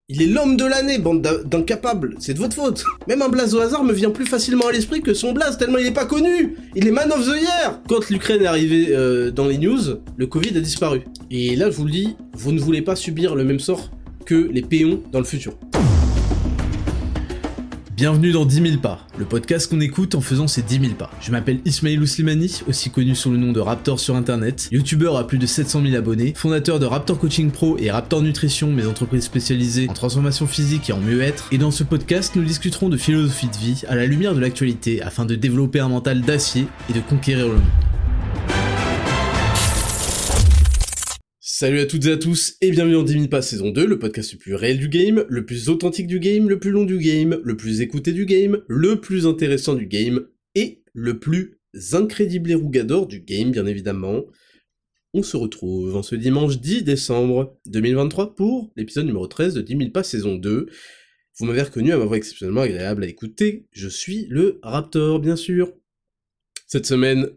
Il est l'homme de l'année, bande d'incapables, c'est de votre faute. Même un blaze au hasard me vient plus facilement à l'esprit que son blaze, tellement il est pas connu. Il est man of the year. Quand l'Ukraine est arrivée dans les news, le Covid a disparu. Et là, je vous le dis, vous ne voulez pas subir le même sort que les péons dans le futur. Bienvenue dans 10 000 pas, le podcast qu'on écoute en faisant ces 10 000 pas. Je m'appelle Ismail Ouslimani, aussi connu sous le nom de Raptor sur internet, youtubeur à plus de 700 000 abonnés, fondateur de Raptor Coaching Pro et Raptor Nutrition, mes entreprises spécialisées en transformation physique et en mieux-être. Et dans ce podcast, nous discuterons de philosophie de vie à la lumière de l'actualité afin de développer un mental d'acier et de conquérir le monde. Salut à toutes et à tous, et bienvenue dans 10 000 pas saison 2, le podcast le plus réel du game, le plus authentique du game, le plus long du game, le plus écouté du game, le plus intéressant du game, et le plus incrédible et rougador du game, bien évidemment. On se retrouve en ce dimanche 10 décembre 2023 pour l'épisode numéro 13 de 10 000 pas saison 2. Vous m'avez reconnu à ma voix exceptionnellement agréable à écouter, je suis le Raptor, bien sûr. Cette semaine,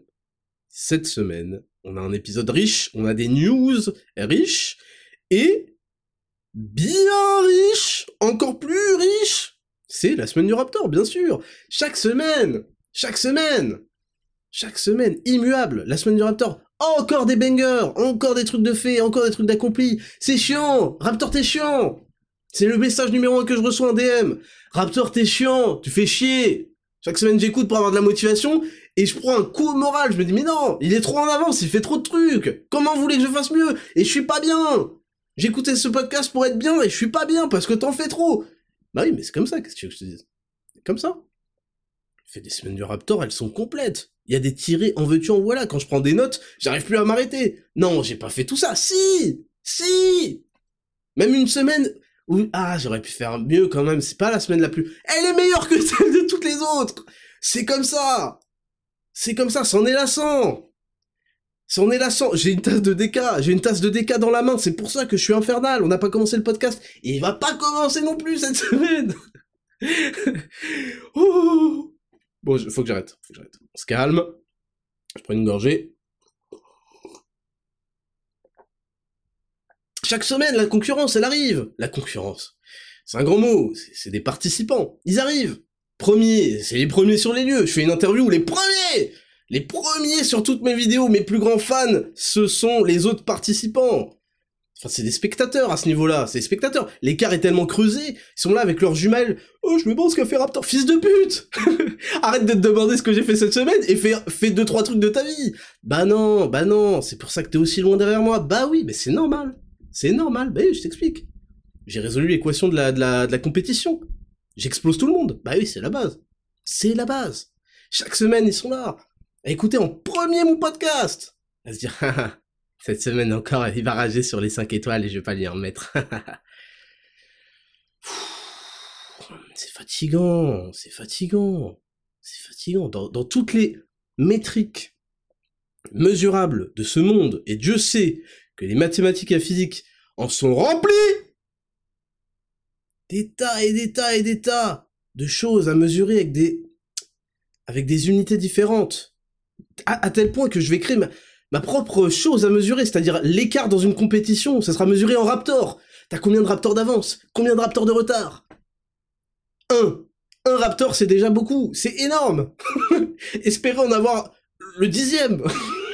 on a un épisode riche, on a des news riches, et bien riches, encore plus riches, c'est la semaine du Raptor, bien sûr. Chaque semaine, immuable, la semaine du Raptor, encore des bangers, encore des trucs de fait, encore des trucs d'accompli. C'est chiant, Raptor t'es chiant. C'est le message numéro 1 que je reçois en DM. Raptor t'es chiant, tu fais chier. Chaque semaine j'écoute pour avoir de la motivation, et je prends un coup au moral, je me dis mais non, il est trop en avance, il fait trop de trucs, comment vous voulez que je fasse mieux? Et je suis pas bien. J'écoutais ce podcast pour être bien, et je suis pas bien parce que t'en fais trop. Bah oui, mais c'est comme ça, qu'est-ce que tu veux que je te dise? C'est comme ça. Je fais des semaines du Raptor, elles sont complètes. Il y a des tirés en veux-tu en voilà, quand je prends des notes, j'arrive plus à m'arrêter. Non, j'ai pas fait tout ça, si. Même une semaine où, j'aurais pu faire mieux quand même, c'est pas la semaine la plus... Elle est meilleure que celle de toutes les autres. C'est comme ça, c'en est lassant. J'ai une tasse de DK dans la main, c'est pour ça que je suis infernal, on n'a pas commencé le podcast, et il va pas commencer non plus cette semaine. Oh. Bon, faut que j'arrête. On se calme, je prends une gorgée. Chaque semaine, la concurrence, elle arrive. La concurrence, c'est un grand mot, c'est des participants, ils arrivent. C'est les premiers sur les lieux, je fais une interview, les premiers sur toutes mes vidéos, mes plus grands fans, ce sont les autres participants. Enfin, c'est des spectateurs à ce niveau-là, c'est des spectateurs. L'écart est tellement creusé, ils sont là avec leurs jumelles. Oh, je me demande ce qu'a fait Raptor, fils de pute. Arrête de te demander ce que j'ai fait cette semaine et fais 2-3 trucs de ta vie. Bah non, c'est pour ça que t'es aussi loin derrière moi. Bah oui, mais c'est normal, bah oui, je t'explique. J'ai résolu l'équation de la compétition. J'explose tout le monde. Bah oui, c'est la base. Chaque semaine, ils sont là, à écouter en premier mon podcast. À se dire, cette semaine encore, il va rager sur les 5 étoiles et je vais pas lui en mettre. C'est fatigant. Dans toutes les métriques mesurables de ce monde, et Dieu sait que les mathématiques et la physique en sont remplies, des tas de choses à mesurer avec des unités différentes. À tel point que je vais créer ma propre chose à mesurer, c'est-à-dire l'écart dans une compétition, ça sera mesuré en raptor. T'as combien de raptors d'avance? Combien de raptors de retard? Un raptor, c'est déjà beaucoup, c'est énorme. Espérez en avoir le 10e.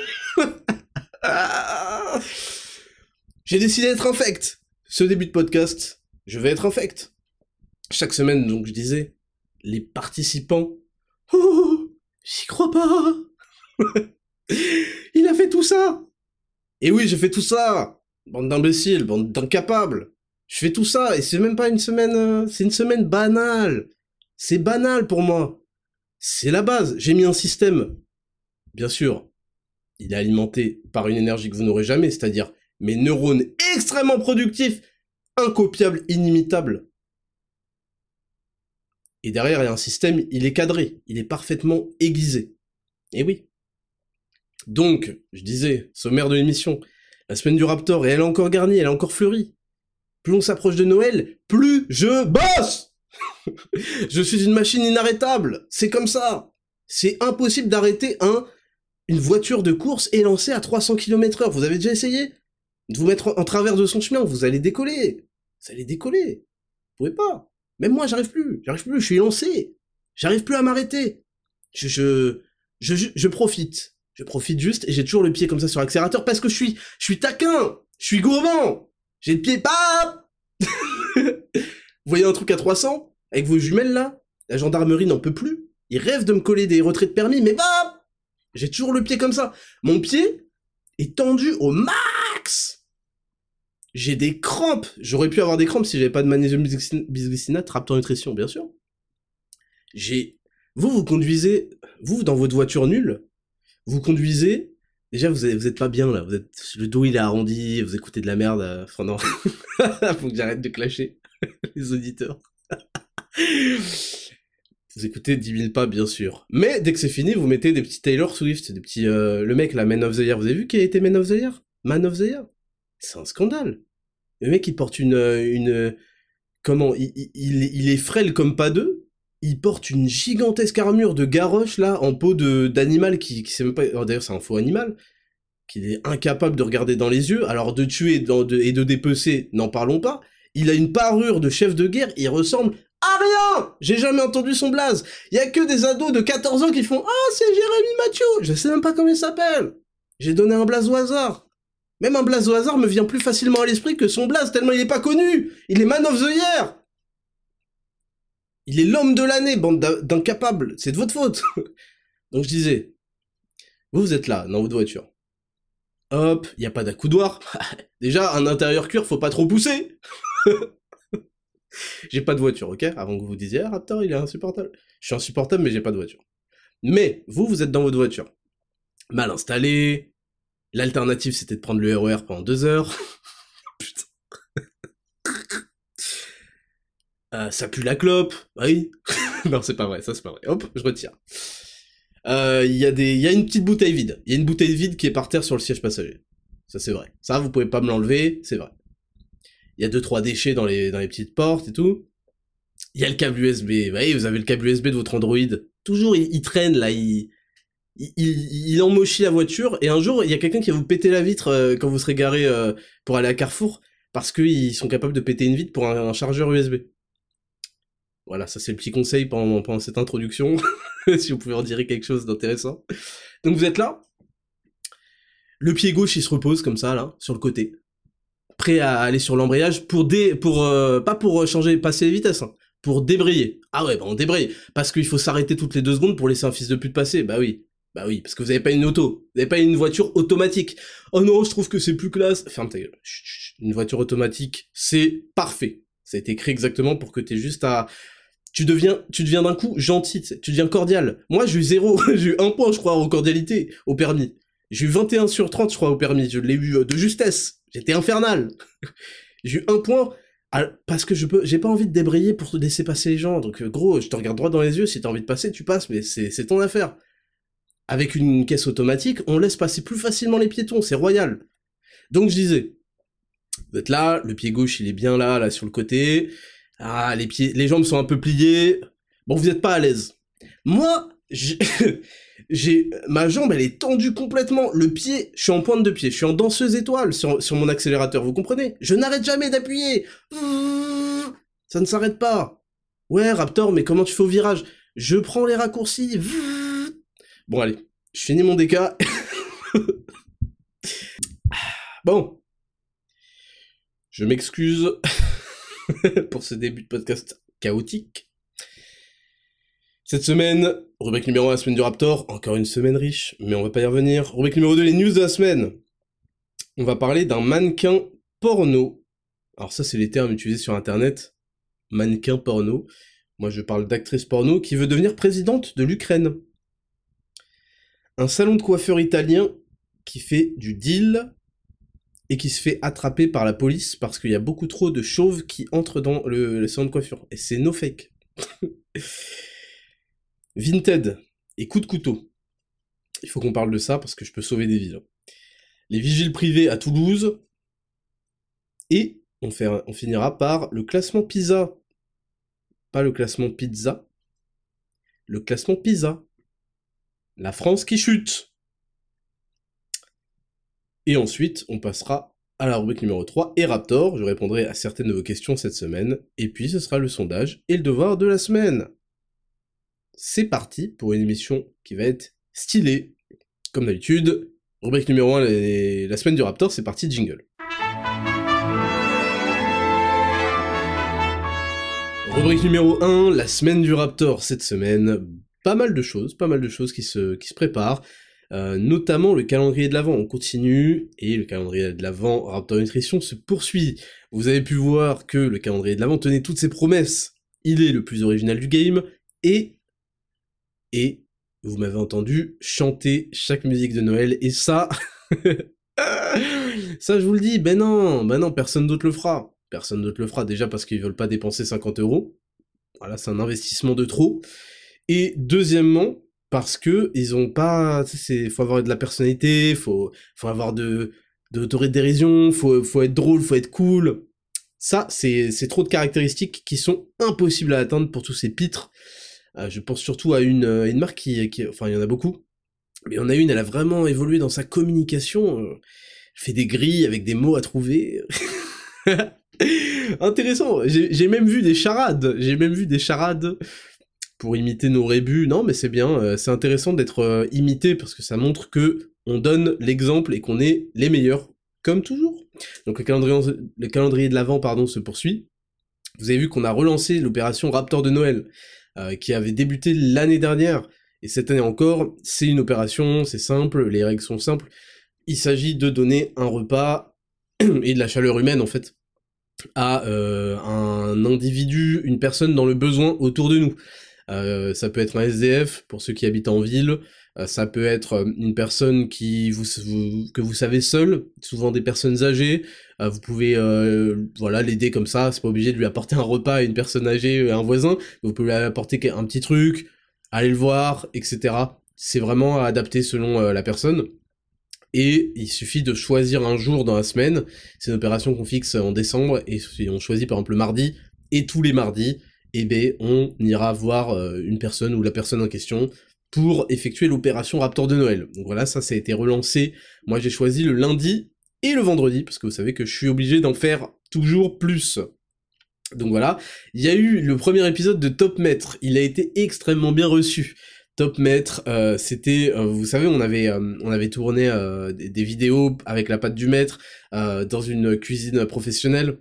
J'ai décidé d'être infect. Ce début de podcast, je vais être infect. Chaque semaine, donc je disais, les participants... Oh, j'y crois pas. Il a fait tout ça. Et oui, j'ai fait tout ça. Bande d'imbéciles, bande d'incapables. Je fais tout ça, et c'est même pas une semaine... c'est une semaine banale. C'est banal pour moi. C'est la base. J'ai mis un système. Bien sûr, il est alimenté par une énergie que vous n'aurez jamais, c'est-à-dire mes neurones extrêmement productifs, incopiables, inimitables. Et derrière, il y a un système, il est cadré, il est parfaitement aiguisé. Et oui. Donc, je disais, sommaire de l'émission, la semaine du Raptor, et elle est encore garnie, elle est encore fleurie. Plus on s'approche de Noël, plus je bosse. Je suis une machine inarrêtable, c'est comme ça. C'est impossible d'arrêter une voiture de course élancée à 300 km/h. Vous avez déjà essayé de vous mettre en travers de son chemin, vous allez décoller. pouvez pas. Même moi, j'arrive plus, je suis lancé. J'arrive plus à m'arrêter. Je profite. Je profite juste et j'ai toujours le pied comme ça sur l'accélérateur parce que je suis taquin. Je suis gourmand. J'ai le pied pas. Vous voyez un truc à 300 avec vos jumelles là? La gendarmerie n'en peut plus. Ils rêvent de me coller des retraits de permis, mais bah! J'ai toujours le pied comme ça. Mon pied est tendu au max. J'ai des crampes. J'aurais pu avoir des crampes si j'avais pas de magnésium bisglycinate, Raptor Nutrition, bien sûr. Vous conduisez, vous, dans votre voiture nulle, vous conduisez, déjà, vous êtes pas bien, là. Le dos, il est arrondi, vous écoutez de la merde, enfin, non. Faut que j'arrête de clasher les auditeurs. Vous écoutez 10 000 pas, bien sûr. Mais, dès que c'est fini, vous mettez des petits Taylor Swift, des petits, le mec, là, Man of the Year, vous avez vu qui a été Man of the Year? Man of the Year? C'est un scandale. Le mec, il porte comment, il est frêle comme pas deux, il porte une gigantesque armure de garroche, là, en peau d'animal qui sait même pas, oh, d'ailleurs, c'est un faux animal, qu'il est incapable de regarder dans les yeux, alors de tuer et de dépecer, n'en parlons pas. Il a une parure de chef de guerre, il ressemble à rien. J'ai jamais entendu son blaze. Il y a que des ados de 14 ans qui font « Ah, c'est Jérémy Mathieu !» Je sais même pas comment il s'appelle. J'ai donné un blaze au hasard. Même un blaze au hasard me vient plus facilement à l'esprit que son blaze, tellement il est pas connu. Il est Man of the Year. Il est l'homme de l'année, bande d'incapables. C'est de votre faute. Donc je disais, vous êtes là, dans votre voiture. Hop, y a pas d'accoudoir. Déjà, un intérieur cuir, faut pas trop pousser. J'ai pas de voiture, ok? Avant que vous disiez, ah, Raptor, il est insupportable. Je suis insupportable, mais j'ai pas de voiture. Mais, vous êtes dans votre voiture. Mal installé. L'alternative, c'était de prendre le RER pendant 2 heures. Putain. Ça pue la clope. Oui. Non, c'est pas vrai, ça c'est pas vrai. Hop, je retire. Il y a une petite bouteille vide. Il y a une bouteille vide qui est par terre sur le siège passager. Ça c'est vrai. Ça, vous pouvez pas me l'enlever, c'est vrai. Il y a 2-3 déchets dans les petites portes et tout. Il y a le câble USB. Vous voyez, vous avez le câble USB de votre Android. Toujours, il traîne là, il emmochit la voiture, et un jour, il y a quelqu'un qui va vous péter la vitre quand vous serez garé pour aller à Carrefour, parce qu'ils sont capables de péter une vitre pour un chargeur USB. Voilà, ça c'est le petit conseil pendant cette introduction, si vous pouvez en dire quelque chose d'intéressant. Donc vous êtes là, le pied gauche il se repose comme ça, là, sur le côté, prêt à aller sur l'embrayage pas pour changer, passer les vitesses, hein, pour débrayer. Ah ouais, bah on débraye, parce qu'il faut s'arrêter toutes les 2 secondes pour laisser un fils de pute passer, bah oui, parce que vous avez pas une auto, vous avez pas une voiture automatique. Oh non, je trouve que c'est plus classe. Ferme ta gueule. Chut. Une voiture automatique, c'est parfait. Ça a été créé exactement pour que t'aies juste à... Tu deviens d'un coup gentil, tu deviens cordial. Moi, j'ai eu 0, j'ai eu 1 point, je crois, en cordialité, au permis. J'ai eu 21 sur 30, je crois, au permis. Je l'ai eu de justesse. J'étais infernal. J'ai eu 1 point... parce que j'ai pas envie de débrayer pour te laisser passer les gens. Donc, gros, je te regarde droit dans les yeux, si t'as envie de passer, tu passes, mais c'est ton affaire. Avec une caisse automatique, on laisse passer plus facilement les piétons, c'est royal. Donc je disais, vous êtes là, le pied gauche il est bien là sur le côté, les jambes sont un peu pliées, bon vous êtes pas à l'aise. Moi, ma jambe elle est tendue complètement, le pied, je suis en pointe de pied, je suis en danseuse étoile sur mon accélérateur, vous comprenez? Je n'arrête jamais d'appuyer, ça ne s'arrête pas. Ouais Raptor, mais comment tu fais au virage? Je prends les raccourcis, bon allez, je finis mon DK. Bon. Je m'excuse pour ce début de podcast chaotique. Cette semaine, rubrique numéro 1, la semaine du Raptor, encore une semaine riche, mais on va pas y revenir. Rubrique numéro 2, les news de la semaine. On va parler d'un mannequin porno. Alors ça, c'est les termes utilisés sur internet. Mannequin porno. Moi, je parle d'actrice porno qui veut devenir présidente de l'Ukraine. Un salon de coiffeur italien qui fait du deal et qui se fait attraper par la police parce qu'il y a beaucoup trop de chauves qui entrent dans le salon de coiffure. Et c'est no fake. Vinted et coup de couteau. Il faut qu'on parle de ça parce que je peux sauver des vies. Les vigiles privés à Toulouse. Et on finira par le classement PISA. Pas le classement pizza. Le classement PISA. La France qui chute. Et ensuite, on passera à la rubrique numéro 3 et Raptor, je répondrai à certaines de vos questions cette semaine, et puis ce sera le sondage et le devoir de la semaine. C'est parti pour une émission qui va être stylée. Comme d'habitude, rubrique numéro 1, la semaine du Raptor, c'est parti, jingle. Rubrique numéro 1, la semaine du Raptor. Cette semaine, pas mal de choses qui se préparent. Notamment le calendrier de l'Avent, on continue, et le calendrier de l'Avent Raptor Nutrition se poursuit. Vous avez pu voir que le calendrier de l'Avent tenait toutes ses promesses. Il est le plus original du game, et vous m'avez entendu chanter chaque musique de Noël, et ça... ça je vous le dis, ben non, personne d'autre le fera. Personne d'autre le fera, déjà parce qu'ils veulent pas dépenser 50€. Voilà, c'est un investissement de trop. Et deuxièmement, parce que ils ont pas... faut avoir de la personnalité, faut avoir de l'autodérision, faut être drôle, faut être cool. Ça, c'est trop de caractéristiques qui sont impossibles à atteindre pour tous ces pitres. Je pense surtout à une marque qui... Enfin, il y en a beaucoup. Mais il y en a une, elle a vraiment évolué dans sa communication. Elle fait des grilles avec des mots à trouver. Intéressant. J'ai même vu des charades pour imiter nos rébus. Non, mais c'est bien. C'est intéressant d'être imité parce que ça montre que on donne l'exemple et qu'on est les meilleurs, comme toujours. Donc le calendrier de l'Avent, se poursuit. Vous avez vu qu'on a relancé l'opération Raptor de Noël, qui avait débuté l'année dernière. Et cette année encore, c'est une opération, c'est simple, les règles sont simples. Il s'agit de donner un repas et de la chaleur humaine, en fait, à un individu, une personne dans le besoin autour de nous. Ça peut être un SDF, pour ceux qui habitent en ville, ça peut être une personne que vous savez seul, souvent des personnes âgées, vous pouvez l'aider comme ça, c'est pas obligé de lui apporter un repas à une personne âgée, à un voisin, vous pouvez lui apporter un petit truc, aller le voir, etc. C'est vraiment adapté selon la personne. Et il suffit de choisir un jour dans la semaine, c'est une opération qu'on fixe en décembre, et on choisit par exemple le mardi, et tous les mardis, on ira voir une personne ou la personne en question pour effectuer l'opération Raptor de Noël. Donc voilà, ça a été relancé. Moi j'ai choisi le lundi et le vendredi, parce que vous savez que je suis obligé d'en faire toujours plus. Donc voilà, il y a eu le premier épisode de Top Maître, il a été extrêmement bien reçu. Top Maître, c'était, vous savez, on avait tourné des vidéos avec la pâte du maître dans une cuisine professionnelle.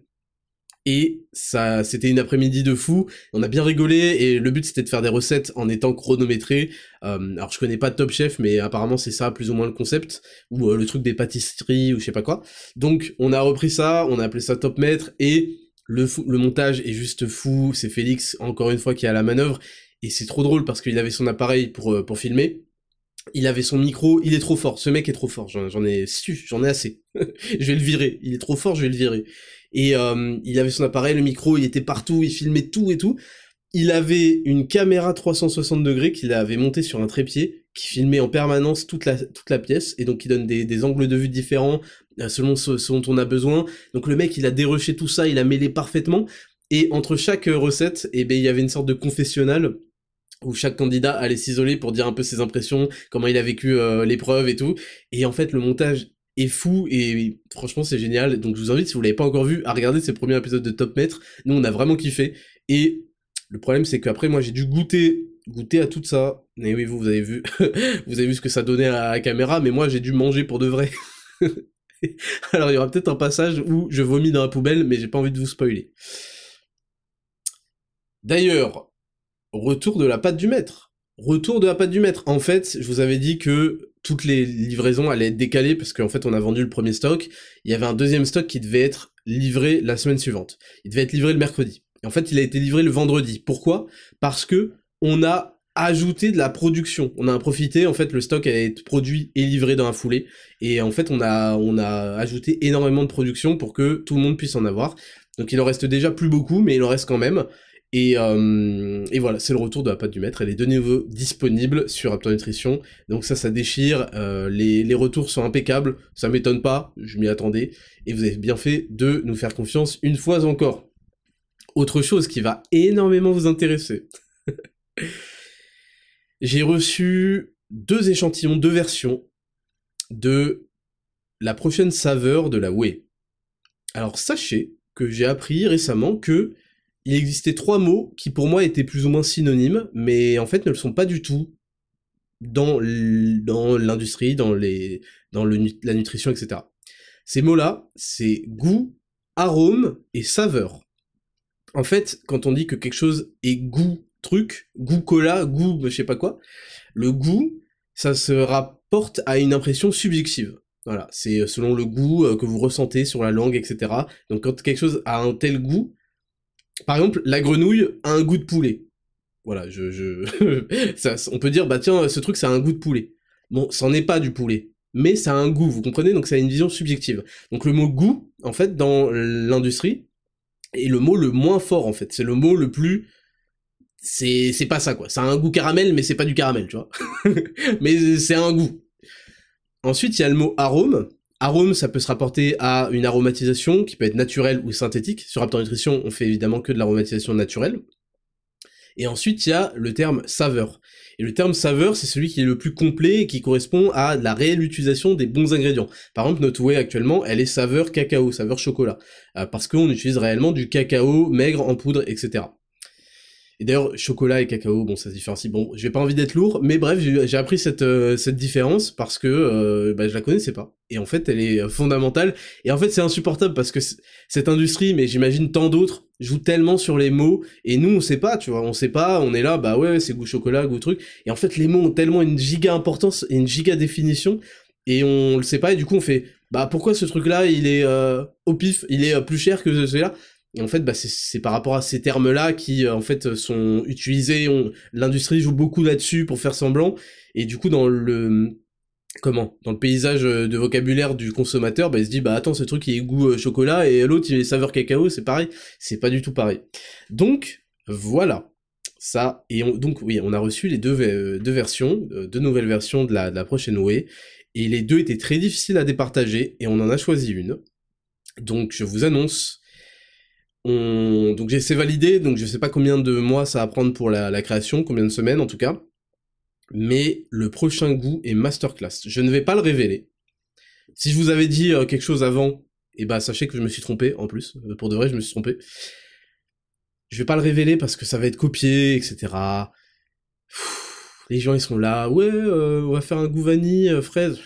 Et ça, c'était une après-midi de fou, on a bien rigolé, et le but c'était de faire des recettes en étant chronométré. Alors je connais pas Top Chef, mais apparemment c'est ça plus ou moins le concept, ou le truc des pâtisseries, ou je sais pas quoi. Donc on a repris ça, on a appelé ça Top Maître, et le montage est juste fou, c'est Félix, encore une fois, qui est à la manœuvre, et c'est trop drôle parce qu'il avait son appareil pour filmer, il avait son micro, il est trop fort, ce mec est trop fort, j'en ai assez. Je vais le virer, il est trop fort, je vais le virer. Et il avait son appareil, le micro, il était partout, il filmait tout et tout. Il avait une caméra 360 degrés qu'il avait montée sur un trépied, qui filmait en permanence toute la pièce, et donc qui donne des angles de vue différents, selon ce dont on a besoin. Donc le mec, il a dérushé tout ça, il a mêlé parfaitement, et entre chaque recette, il y avait une sorte de confessionnal, où chaque candidat allait s'isoler pour dire un peu ses impressions, comment il a vécu l'épreuve et tout, et en fait le montage est fou, et franchement c'est génial, donc je vous invite, si vous l'avez pas encore vu, à regarder ce premier épisode de Top Maître. Nous on a vraiment kiffé, et le problème c'est qu'après moi j'ai dû goûter à tout ça, et oui vous avez vu, vous avez vu ce que ça donnait à la caméra, mais moi j'ai dû manger pour de vrai. Alors il y aura peut-être un passage où je vomis dans la poubelle, mais j'ai pas envie de vous spoiler. D'ailleurs, retour de la pâte du maître. En fait, je vous avais dit que toutes les livraisons allaient être décalées parce qu'en fait, on a vendu le premier stock. Il y avait un deuxième stock qui devait être livré la semaine suivante. Il devait être livré le mercredi. Et en fait, il a été livré le vendredi. Pourquoi ? Parce que on a ajouté de la production. On a profité, en fait, le stock allait être produit et livré dans la foulée. Et en fait, on a ajouté énormément de production pour que tout le monde puisse en avoir. Donc il en reste déjà plus beaucoup, mais il en reste quand même. Et voilà, c'est le retour de la pâte du maître, elle est de nouveau disponible sur Raptor Nutrition, donc ça déchire, les retours sont impeccables, ça m'étonne pas, je m'y attendais, et vous avez bien fait de nous faire confiance une fois encore. Autre chose qui va énormément vous intéresser, j'ai reçu 2 échantillons, 2 versions de la prochaine saveur de la whey. Alors sachez que j'ai appris récemment que il existait 3 mots qui pour moi étaient plus ou moins synonymes, mais en fait ne le sont pas du tout dans l'industrie, la nutrition, etc. Ces mots-là, c'est goût, arôme et saveur. En fait, quand on dit que quelque chose est goût truc, goût cola, goût je sais pas quoi, le goût, ça se rapporte à une impression subjective. Voilà, c'est selon le goût que vous ressentez sur la langue, etc. Donc quand quelque chose a un tel goût, par exemple, la grenouille a un goût de poulet. Voilà, on peut dire, bah tiens, ce truc, ça a un goût de poulet. Bon, c'en est pas du poulet, mais ça a un goût, vous comprenez? Donc ça a une vision subjective. Donc le mot goût, en fait, dans l'industrie, est le mot le moins fort, en fait. C'est le mot le plus... C'est pas ça, quoi. Ça a un goût caramel, mais c'est pas du caramel, tu vois. Mais c'est un goût. Ensuite, il y a le mot arôme. Arôme, ça peut se rapporter à une aromatisation, qui peut être naturelle ou synthétique. Sur Raptor Nutrition, on fait évidemment que de l'aromatisation naturelle. Et ensuite, il y a le terme saveur. Et le terme saveur, c'est celui qui est le plus complet et qui correspond à la réelle utilisation des bons ingrédients. Par exemple, notre whey actuellement, elle est saveur cacao, saveur chocolat. Parce qu'on utilise réellement du cacao maigre en poudre, etc. Et d'ailleurs, chocolat et cacao, bon, ça se différencie. Bon, j'ai pas envie d'être lourd, mais bref, j'ai appris cette différence parce que je la connaissais pas. Et en fait, elle est fondamentale. Et en fait, c'est insupportable parce que cette industrie, mais j'imagine tant d'autres, joue tellement sur les mots. Et nous, on sait pas, tu vois, on sait pas, on est là, bah ouais, c'est goût chocolat, goût truc. Et en fait, les mots ont tellement une giga importance et une giga définition. Et on le sait pas, et du coup, on fait, bah pourquoi ce truc-là, il est au pif, il est plus cher que celui-là? Et en fait, bah, c'est par rapport à ces termes-là qui, en fait, sont utilisés, l'industrie joue beaucoup là-dessus pour faire semblant, et du coup, dans le paysage de vocabulaire du consommateur, bah, il se dit, bah, attends, ce truc, il est goût chocolat, et l'autre, il est saveur cacao, c'est pareil. C'est pas du tout pareil. Donc, voilà. Ça, et donc, oui, on a reçu les deux versions, deux nouvelles versions de la prochaine whey, et les deux étaient très difficiles à départager, et on en a choisi une. Donc, je vous annonce... Donc c'est validé, donc je sais pas combien de mois ça va prendre pour la création, combien de semaines en tout cas, mais le prochain goût est masterclass. Je ne vais pas le révéler. Si je vous avais dit quelque chose avant, et bah sachez que je me suis trompé en plus, pour de vrai je me suis trompé. Je vais pas le révéler parce que ça va être copié, etc. Les gens ils sont là, ouais, on va faire un goût vanille, fraise,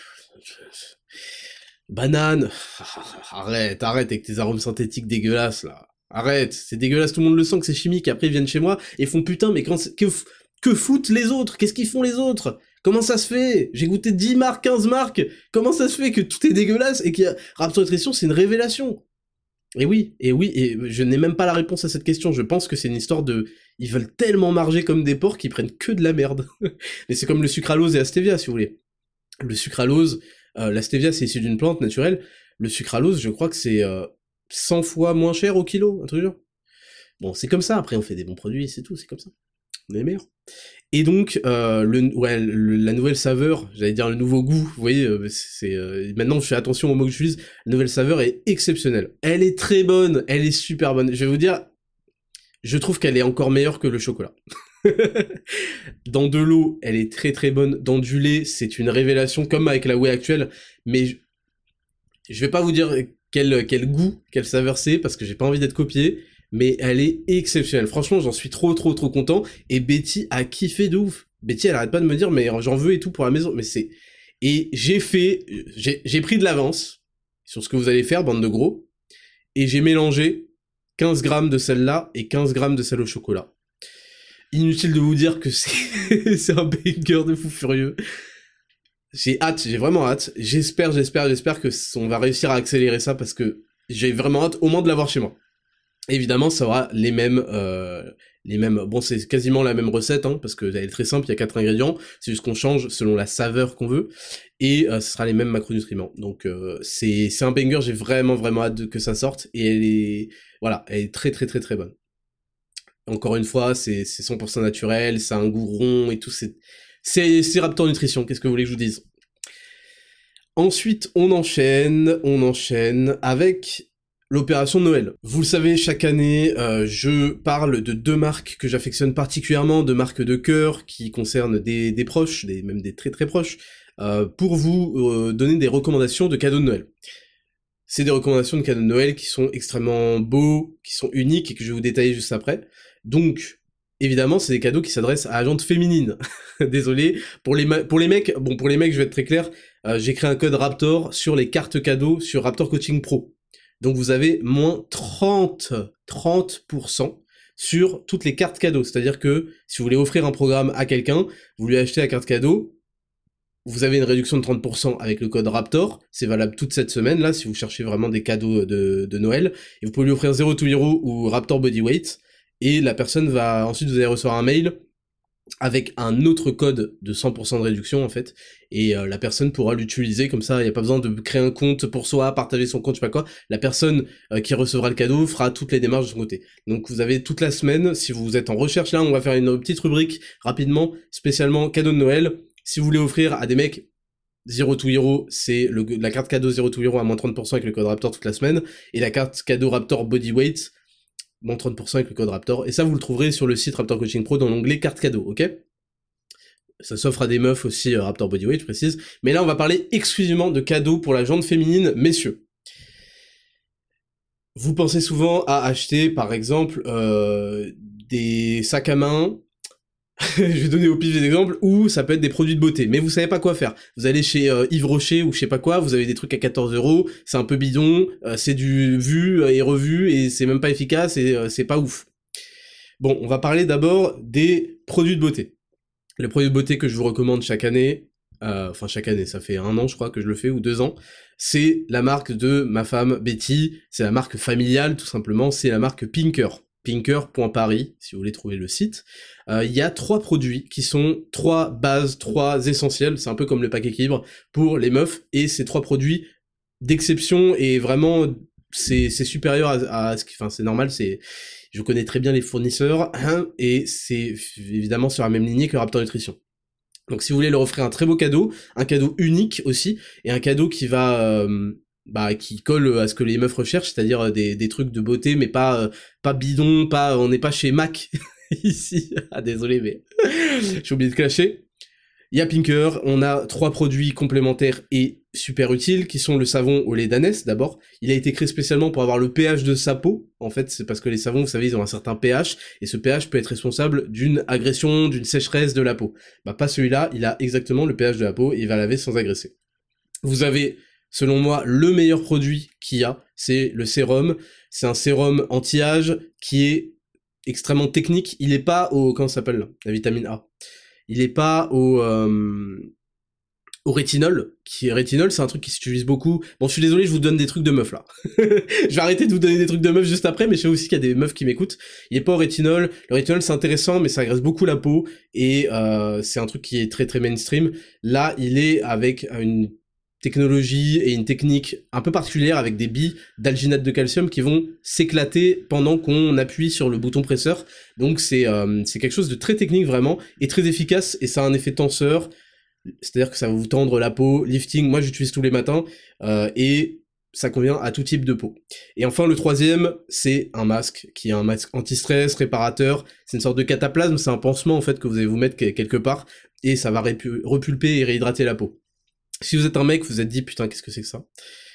banane, arrête avec tes arômes synthétiques dégueulasses là. Arrête, c'est dégueulasse, tout le monde le sent que c'est chimique, après ils viennent chez moi et font putain, mais que foutent les autres? Qu'est-ce qu'ils font les autres? Comment ça se fait? J'ai goûté 10 marques, 15 marques, comment ça se fait que tout est dégueulasse et que Raptor Nutrition c'est une révélation? Et oui, et je n'ai même pas la réponse à cette question, je pense que c'est une histoire de... Ils veulent tellement marger comme des porcs qu'ils prennent que de la merde. Mais c'est comme le sucralose et la stevia, si vous voulez. Le sucralose, la stevia c'est issu d'une plante naturelle, le sucralose je crois que c'est... 100 fois moins cher au kilo, un truc genre. Bon, c'est comme ça, après on fait des bons produits, c'est tout, c'est comme ça. On est meilleurs. Et donc, la nouvelle saveur, j'allais dire le nouveau goût, vous voyez, maintenant je fais attention aux mots que j'utilise, la nouvelle saveur est exceptionnelle. Elle est très bonne, elle est super bonne. Je vais vous dire, je trouve qu'elle est encore meilleure que le chocolat. Dans de l'eau, elle est très très bonne. Dans du lait, c'est une révélation, comme avec la whey actuelle, mais je vais pas vous dire quel goût, quelle saveur c'est, parce que j'ai pas envie d'être copié, mais elle est exceptionnelle. Franchement, j'en suis trop content, et Betty a kiffé de ouf. Betty, elle arrête pas de me dire, mais j'en veux et tout pour la maison, mais c'est... Et j'ai pris de l'avance sur ce que vous allez faire, bande de gros, et j'ai mélangé 15 grammes de celle-là et 15 grammes de celle au chocolat. Inutile de vous dire que c'est un banger de fou furieux. J'ai vraiment hâte. J'espère que on va réussir à accélérer ça parce que j'ai vraiment hâte au moins de l'avoir chez moi. Évidemment, ça aura les mêmes, bon, c'est quasiment la même recette, hein, parce que elle est très simple, il y a 4 ingrédients, c'est juste qu'on change selon la saveur qu'on veut, et ce sera les mêmes macronutriments. Donc, c'est un banger, j'ai vraiment hâte que ça sorte, et elle est très bonne. Encore une fois, c'est 100% naturel, ça a un goût rond et tout, c'est Raptor Nutrition, qu'est-ce que vous voulez que je vous dise? Ensuite, on enchaîne avec l'opération Noël. Vous le savez, chaque année, je parle de 2 marques que j'affectionne particulièrement, 2 marques de cœur qui concernent des proches, même des très proches, pour vous donner des recommandations de cadeaux de Noël. c'est des recommandations de cadeaux de Noël qui sont extrêmement beaux, qui sont uniques et que je vais vous détailler juste après. Donc, évidemment, c'est des cadeaux qui s'adressent à la gente féminine. Désolé. Pour les mecs, je vais être très clair, j'ai créé un code Raptor sur les cartes cadeaux sur Raptor Coaching Pro. Donc vous avez moins 30% sur toutes les cartes cadeaux. C'est-à-dire que si vous voulez offrir un programme à quelqu'un, vous lui achetez la carte cadeau, vous avez une réduction de 30% avec le code Raptor, c'est valable toute cette semaine là si vous cherchez vraiment des cadeaux de Noël, et vous pouvez lui offrir Zero to Hero ou Raptor Bodyweight, et la personne va, ensuite vous allez recevoir un mail avec un autre code de 100% de réduction en fait, et la personne pourra l'utiliser comme ça, il n'y a pas besoin de créer un compte pour soi, partager son compte, je sais pas quoi, la personne qui recevra le cadeau fera toutes les démarches de son côté. Donc vous avez toute la semaine, si vous êtes en recherche là, on va faire une petite rubrique rapidement, spécialement cadeau de Noël. Si vous voulez offrir à des mecs Zero to Hero, c'est la carte cadeau Zero to Hero à moins 30% avec le code Raptor toute la semaine, et la carte cadeau Raptor Bodyweight, moins 30% avec le code Raptor, et ça vous le trouverez sur le site Raptor Coaching Pro dans l'onglet carte cadeau, ok? Ça s'offre à des meufs aussi, Raptor Bodyweight, je précise, mais là on va parler exclusivement de cadeaux pour la gente féminine, messieurs. Vous pensez souvent à acheter, par exemple, des sacs à main, je vais donner au pif des exemples, ou ça peut être des produits de beauté, mais vous savez pas quoi faire. Vous allez chez Yves Rocher ou je sais pas quoi, vous avez des trucs à 14€, c'est un peu bidon, c'est du vu et revu, et c'est même pas efficace, et c'est pas ouf. Bon, on va parler d'abord des produits de beauté. Les produits de beauté que je vous recommande chaque année, chaque année, ça fait 1 an je crois que je le fais, ou 2 ans, c'est la marque de ma femme Betty, c'est la marque familiale tout simplement, c'est la marque Pinker. Pinker.paris, si vous voulez trouver le site. Il y a 3 produits qui sont 3 bases, 3 essentiels, c'est un peu comme le pack équilibre pour les meufs, et ces 3 produits d'exception, et vraiment, c'est supérieur à ce qui, enfin c'est normal, je connais très bien les fournisseurs, et c'est évidemment sur la même lignée que Raptor Nutrition. Donc si vous voulez leur offrir un très beau cadeau, un cadeau unique aussi, et un cadeau qui va... qui colle à ce que les meufs recherchent, c'est-à-dire des trucs de beauté, mais pas bidon, on n'est pas chez Mac ici. Ah désolé, mais j'ai oublié de cacher. Il y a Pinker, on a 3 produits complémentaires et super utiles, qui sont le savon au lait d'ânesse, d'abord. Il a été créé spécialement pour avoir le pH de sa peau. En fait, c'est parce que les savons, vous savez, ils ont un certain pH, et ce pH peut être responsable d'une agression, d'une sécheresse de la peau. Pas celui-là, il a exactement le pH de la peau, et il va laver sans agresser. Vous avez... Selon moi, le meilleur produit qu'il y a, c'est le sérum. C'est un sérum anti-âge qui est extrêmement technique. Il est pas comment ça s'appelle, la vitamine A. Il est pas au rétinol. Rétinol, c'est un truc qui s'utilise beaucoup. Bon, je suis désolé, je vous donne des trucs de meufs, là. Je vais arrêter de vous donner des trucs de meufs juste après, mais je sais aussi qu'il y a des meufs qui m'écoutent. Il est pas au rétinol. Le rétinol, c'est intéressant, mais ça agresse beaucoup la peau, et c'est un truc qui est très très mainstream. Là, il est avec une technologie et une technique un peu particulière avec des billes d'alginate de calcium qui vont s'éclater pendant qu'on appuie sur le bouton presseur. Donc c'est quelque chose de très technique vraiment, et très efficace, et ça a un effet tenseur, c'est-à-dire que ça va vous tendre la peau, lifting, moi j'utilise tous les matins, et ça convient à tout type de peau. Et enfin le troisième, c'est un masque, qui est un masque anti-stress, réparateur, c'est une sorte de cataplasme, c'est un pansement en fait que vous allez vous mettre quelque part, et ça va repulper et réhydrater la peau. Si vous êtes un mec, vous vous êtes dit, putain, qu'est-ce que c'est que ça?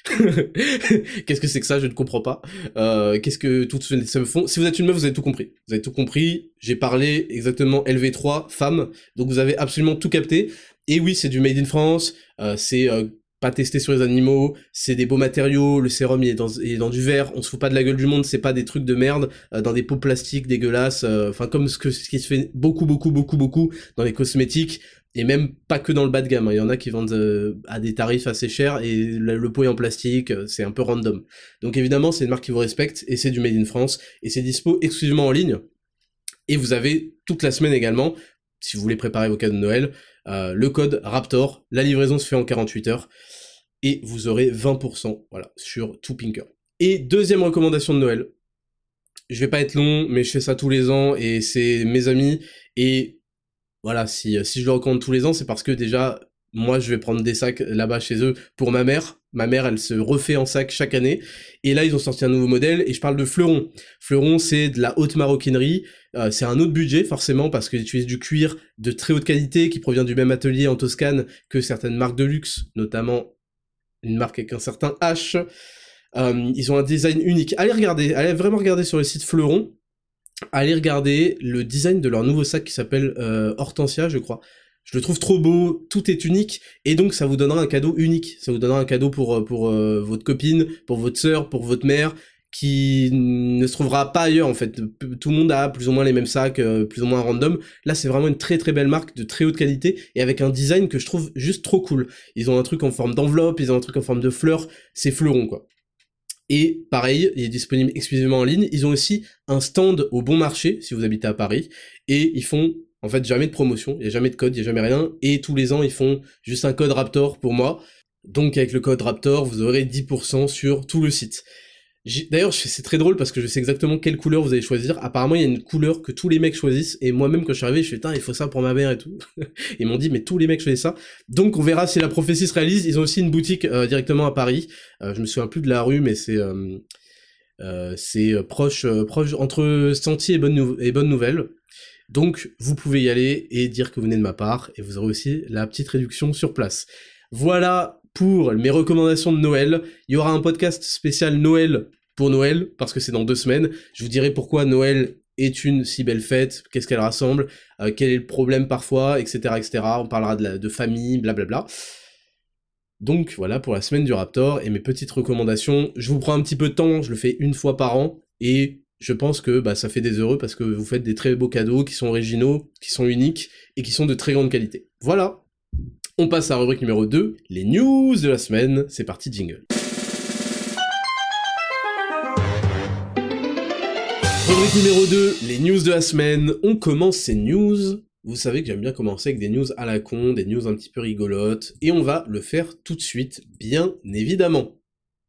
Qu'est-ce que c'est que ça? Je ne comprends pas. Qu'est-ce que tout ça me font? Si vous êtes une meuf, vous avez tout compris. Vous avez tout compris. J'ai parlé exactement LV3, femme. Donc vous avez absolument tout capté. Et oui, c'est du made in France. C'est pas testé sur les animaux. C'est des beaux matériaux. Le sérum, il est dans du verre. On se fout pas de la gueule du monde. C'est pas des trucs de merde dans des pots plastiques dégueulasses. Enfin, comme ce qui se fait beaucoup dans les cosmétiques. Et même pas que dans le bas de gamme, hein. Il y en a qui vendent à des tarifs assez chers, et le pot est en plastique, c'est un peu random. Donc évidemment, c'est une marque qui vous respecte, et c'est du Made in France, et c'est dispo exclusivement en ligne. Et vous avez toute la semaine également, si vous voulez préparer vos cadeaux de Noël, le code Raptor, la livraison se fait en 48 heures, et vous aurez 20%, voilà, sur tout Pinker. Et deuxième recommandation de Noël, je vais pas être long, mais je fais ça tous les ans, et c'est mes amis, et voilà, si je le recommande tous les ans, c'est parce que déjà, moi je vais prendre des sacs là-bas chez eux pour ma mère. Ma mère, elle se refait en sac chaque année. Et là, ils ont sorti un nouveau modèle, et je parle de Fleuron. Fleuron, c'est de la haute maroquinerie. C'est un autre budget, forcément, parce qu'ils utilisent du cuir de très haute qualité qui provient du même atelier en Toscane que certaines marques de luxe, notamment une marque avec un certain H. Ils ont un design unique. Allez vraiment regarder sur le site Fleuron. Allez regarder le design de leur nouveau sac qui s'appelle Hortensia, je crois. Je le trouve trop beau, tout est unique, et donc ça vous donnera un cadeau unique. Ça vous donnera un cadeau pour votre copine, pour votre sœur, pour votre mère, qui ne se trouvera pas ailleurs en fait. Tout le monde a plus ou moins les mêmes sacs, plus ou moins random. Là c'est vraiment une très très belle marque de très haute qualité, et avec un design que je trouve juste trop cool. Ils ont un truc en forme d'enveloppe, ils ont un truc en forme de fleur, c'est Fleuron quoi. Et pareil, il est disponible exclusivement en ligne. Ils ont aussi un stand au Bon Marché, si vous habitez à Paris, et ils font en fait jamais de promotion, il y a jamais de code, il y a jamais rien, et tous les ans ils font juste un code Raptor pour moi. Donc avec le code Raptor, vous aurez 10% sur tout le site. D'ailleurs, c'est très drôle parce que je sais exactement quelle couleur vous allez choisir. Apparemment, il y a une couleur que tous les mecs choisissent, et moi-même quand je suis arrivé, je fais putain, il faut ça pour ma mère et tout. Ils m'ont dit mais tous les mecs choisissent ça. Donc on verra si la prophétie se réalise. Ils ont aussi une boutique directement à Paris. Je me souviens plus de la rue, mais c'est proche entre Sentier et Bonne Nouvelle. Donc vous pouvez y aller et dire que vous venez de ma part, et vous aurez aussi la petite réduction sur place. Voilà pour mes recommandations de Noël. Il y aura un podcast spécial Noël pour Noël, parce que c'est dans 2 semaines. Je vous dirai pourquoi Noël est une si belle fête, qu'est-ce qu'elle rassemble, quel est le problème parfois, etc. etc. On parlera de famille, blablabla. Donc voilà pour la semaine du Raptor, et mes petites recommandations. Je vous prends un petit peu de temps, je le fais une fois par an, et je pense que ça fait des heureux parce que vous faites des très beaux cadeaux qui sont originaux, qui sont uniques, et qui sont de très grande qualité. Voilà. On passe à la rubrique numéro 2, les news de la semaine. C'est parti, jingle. Rubrique numéro 2, les news de la semaine. On commence ces news. Vous savez que j'aime bien commencer avec des news à la con, des news un petit peu rigolotes, et on va le faire tout de suite, bien évidemment.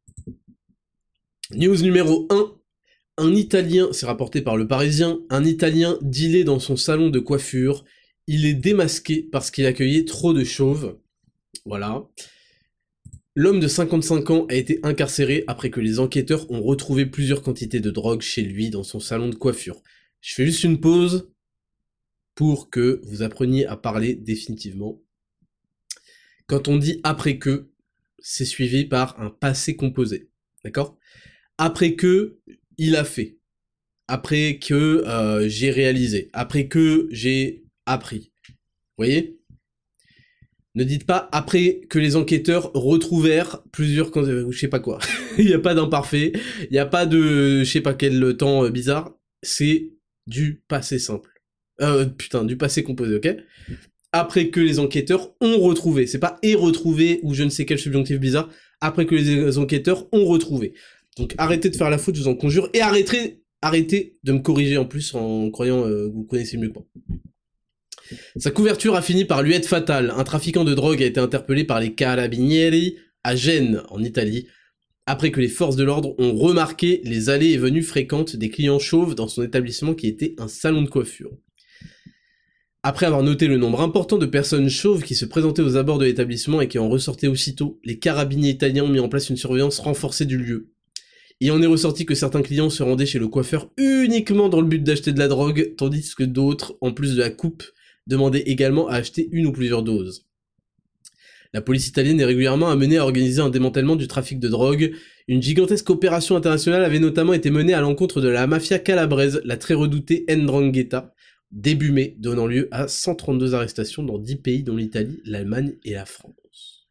News numéro 1. Un Italien, c'est rapporté par Le Parisien, un Italien dealé dans son salon de coiffure. Il est démasqué parce qu'il accueillait trop de chauves. Voilà. L'homme de 55 ans a été incarcéré après que les enquêteurs ont retrouvé plusieurs quantités de drogue chez lui dans son salon de coiffure. Je fais juste une pause pour que vous appreniez à parler définitivement. Quand on dit après que, c'est suivi par un passé composé. D'accord ? Après que, il a fait. Après que j'ai réalisé. Après que j'ai appris. Vous voyez ? Ne dites pas après que les enquêteurs retrouvèrent plusieurs... je sais pas quoi. Il n'y a pas d'imparfait. Il n'y a pas de... je sais pas quel temps bizarre. C'est du passé simple. Du passé composé, ok ? Après que les enquêteurs ont retrouvé. C'est pas « et retrouvé » ou je ne sais quel subjonctif bizarre. Après que les enquêteurs ont retrouvé. Donc arrêtez de faire la faute, je vous en conjure. Et arrêtez de me corriger en plus en croyant que vous connaissez mieux que moi. Sa couverture a fini par lui être fatale. Un trafiquant de drogue a été interpellé par les Carabinieri à Gênes, en Italie, après que les forces de l'ordre ont remarqué les allées et venues fréquentes des clients chauves dans son établissement qui était un salon de coiffure. Après avoir noté le nombre important de personnes chauves qui se présentaient aux abords de l'établissement et qui en ressortaient aussitôt, les carabiniers italiens ont mis en place une surveillance renforcée du lieu. Il en est ressorti que certains clients se rendaient chez le coiffeur uniquement dans le but d'acheter de la drogue, tandis que d'autres, en plus de la coupe, demandaient également à acheter une ou plusieurs doses. La police italienne est régulièrement amenée à organiser un démantèlement du trafic de drogue. Une gigantesque opération internationale avait notamment été menée à l'encontre de la mafia calabraise, la très redoutée 'Ndrangheta, début mai, donnant lieu à 132 arrestations dans 10 pays dont l'Italie, l'Allemagne et la France.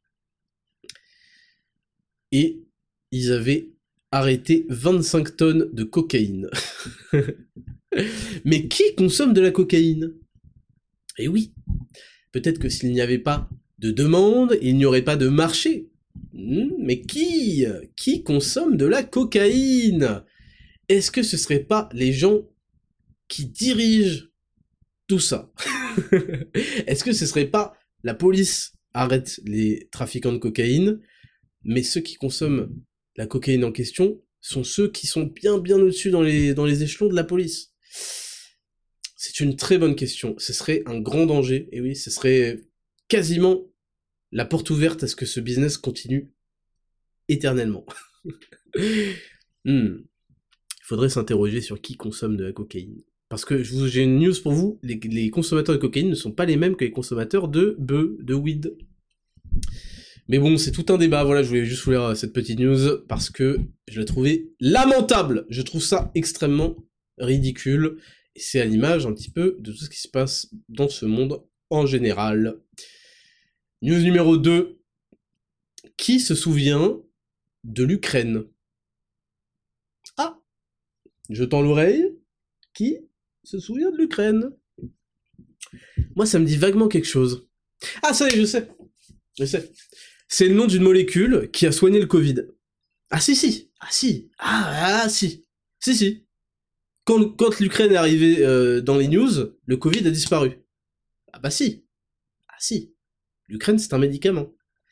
Et ils avaient arrêté 25 tonnes de cocaïne. Mais qui consomme de la cocaïne ? Et oui, peut-être que s'il n'y avait pas de demande, il n'y aurait pas de marché. Mais qui consomme de la cocaïne ? Est-ce que ce serait pas les gens qui dirigent tout ça ? Est-ce que ce serait pas la police arrête les trafiquants de cocaïne, mais ceux qui consomment la cocaïne en question sont ceux qui sont bien au-dessus dans les échelons de la police ? C'est une très bonne question. Ce serait un grand danger. Et oui, ce serait quasiment la porte ouverte à ce que ce business continue éternellement. Il faudrait s'interroger sur qui consomme de la cocaïne. Parce que j'ai une news pour vous, les consommateurs de cocaïne ne sont pas les mêmes que les consommateurs de bœufs, de weed. Mais bon, c'est tout un débat, voilà, je voulais juste vous lire cette petite news, parce que je l'ai trouvé lamentable. Je trouve ça extrêmement ridicule, et c'est à l'image un petit peu de tout ce qui se passe dans ce monde en général. News numéro 2. Qui se souvient de l'Ukraine? Ah, je tends l'oreille. Qui se souvient de l'Ukraine? Moi, ça me dit vaguement quelque chose. Ah, ça y est, je sais. C'est le nom d'une molécule qui a soigné le Covid. Ah si. Ah si. Si. Quand l'Ukraine est arrivée dans les news, le Covid a disparu. Ah bah si. Ah si. L'Ukraine, c'est un médicament.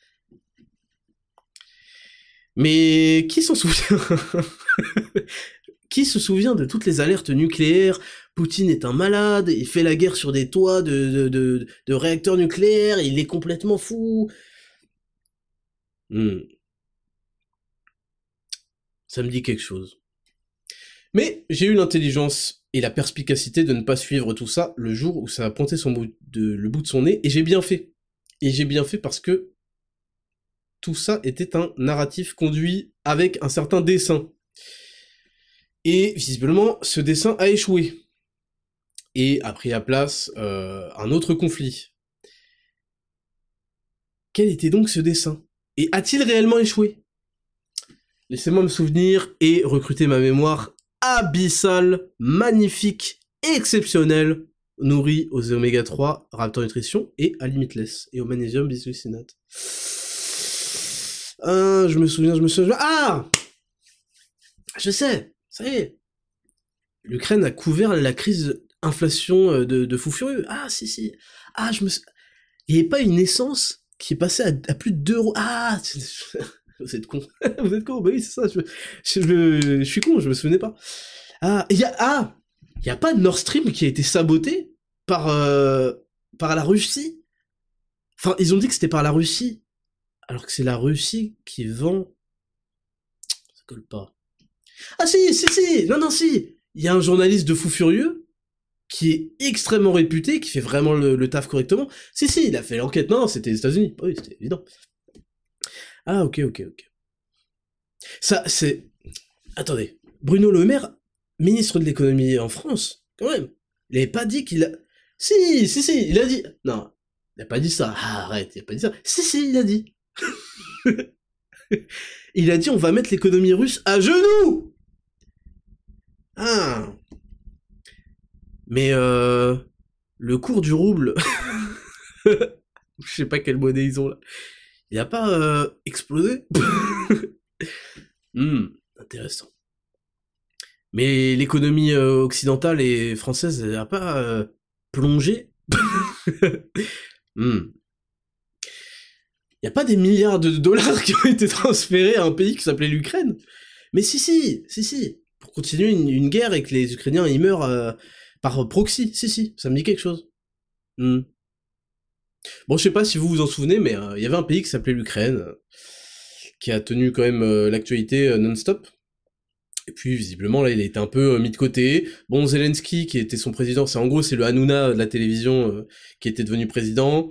Mais qui s'en souvient? Qui se souvient de toutes les alertes nucléaires? Poutine est un malade, il fait la guerre sur des toits de réacteurs nucléaires, il est complètement fou. Ça me dit quelque chose. Mais j'ai eu l'intelligence et la perspicacité de ne pas suivre tout ça le jour où ça a pointé le bout de son nez, et j'ai bien fait. Et j'ai bien fait parce que tout ça était un narratif conduit avec un certain dessin. Et visiblement, ce dessin a échoué. Et a pris à place un autre conflit. Quel était donc ce dessin? Et a-t-il réellement échoué? Laissez-moi me souvenir et recruter ma mémoire abyssale, magnifique, exceptionnelle, nourrie aux oméga 3, Raptor Nutrition, et à Limitless, et au magnésium bisglycinate. Je me souviens... Ah! Je sais, ça y est. L'Ukraine a couvert la crise inflation de fou furieux. Ah, si. Ah, il n'y avait pas une essence qui est passée à plus de 2 €. Ah, vous êtes con. Vous êtes con, bah oui, c'est ça. Je suis con, je me souvenais pas. Ah, il y a pas Nord Stream qui a été saboté par la Russie. Enfin, ils ont dit que c'était par la Russie, alors que c'est la Russie qui vend. Ça colle pas. Ah si. Non, si. Il y a un journaliste de fou furieux qui est extrêmement réputé, qui fait vraiment le taf correctement. Si, il a fait l'enquête. Non, c'était les États-Unis. Oui, c'était évident. Ah, ok. Ça, c'est... Attendez. Bruno Le Maire, ministre de l'économie en France, quand même. Il avait pas dit qu'il a... Si, il a dit... Non, il a pas dit ça. Ah, arrête, il a pas dit ça. Si, il a dit. Il a dit on va mettre l'économie russe à genoux. Ah. Mais le cours du rouble, je sais pas quelle monnaie ils ont là, il a pas explosé. Intéressant. Mais l'économie occidentale et française, elle a pas plongé. Il y a pas des milliards de dollars qui ont été transférés à un pays qui s'appelait l'Ukraine? Mais si. Pour continuer une guerre et que les Ukrainiens ils meurent par proxy. Si, ça me dit quelque chose. Bon, je sais pas si vous vous en souvenez, mais il y avait un pays qui s'appelait l'Ukraine, qui a tenu quand même l'actualité non-stop. Et puis, visiblement, là, il a été un peu mis de côté. Bon, Zelensky, qui était son président, c'est le Hanouna de la télévision qui était devenu président.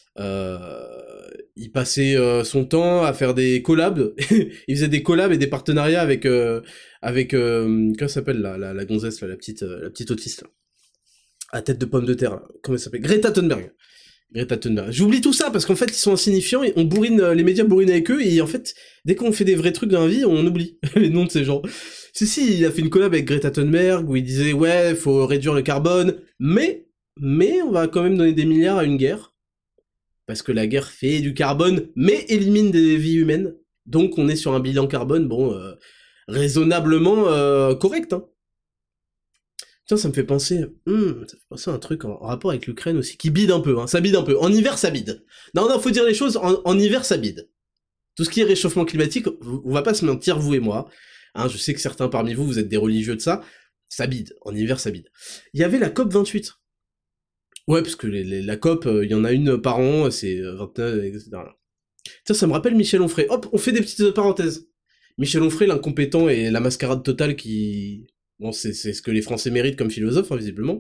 Il passait son temps à faire des collabs. Il faisait des collabs et des partenariats avec comment s'appelle la gonzesse là, la petite autiste là, à tête de pomme de terre là. Comment elle s'appelle? Greta Thunberg. J'oublie tout ça parce qu'en fait ils sont insignifiants et les médias bourrinent avec eux, et en fait dès qu'on fait des vrais trucs dans la vie on oublie les noms de ces gens. Si, il a fait une collab avec Greta Thunberg où il disait ouais faut réduire le carbone, mais on va quand même donner des milliards à une guerre. Parce que la guerre fait du carbone, mais élimine des vies humaines. Donc on est sur un bilan carbone, raisonnablement correct. Hein. Tiens, ça me fait penser à un truc en rapport avec l'Ukraine aussi, qui bide un peu, hein. Ça bide un peu. En hiver, ça bide. Non, faut dire les choses, en hiver, ça bide. Tout ce qui est réchauffement climatique, on va pas se mentir, vous et moi. Hein, je sais que certains parmi vous, vous êtes des religieux de ça. Ça bide. En hiver, ça bide. Il y avait la COP 28. Ouais, parce que la COP, il y en a une par an, c'est 29, etc. Tiens, ça me rappelle Michel Onfray. Hop, on fait des petites parenthèses. Michel Onfray, l'incompétent et la mascarade totale qui... Bon, c'est ce que les Français méritent comme philosophe, hein, visiblement.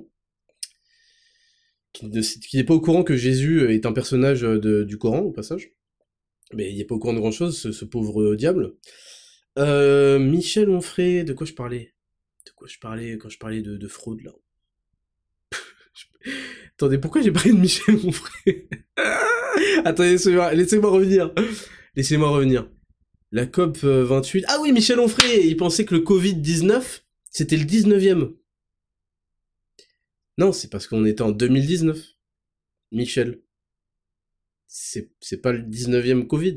Qui n'est pas au courant que Jésus est un personnage du Coran, au passage. Mais il est pas au courant de grand-chose, ce pauvre diable. Michel Onfray, de quoi je parlais? De quoi je parlais quand je parlais de fraude, là? Attendez, pourquoi j'ai parlé de Michel Onfray? Attendez, laissez-moi revenir. Laissez-moi revenir. La COP 28... Ah oui, Michel Onfray, il pensait que le Covid-19, c'était le 19e. Non, c'est parce qu'on était en 2019. Michel. C'est pas le 19e Covid.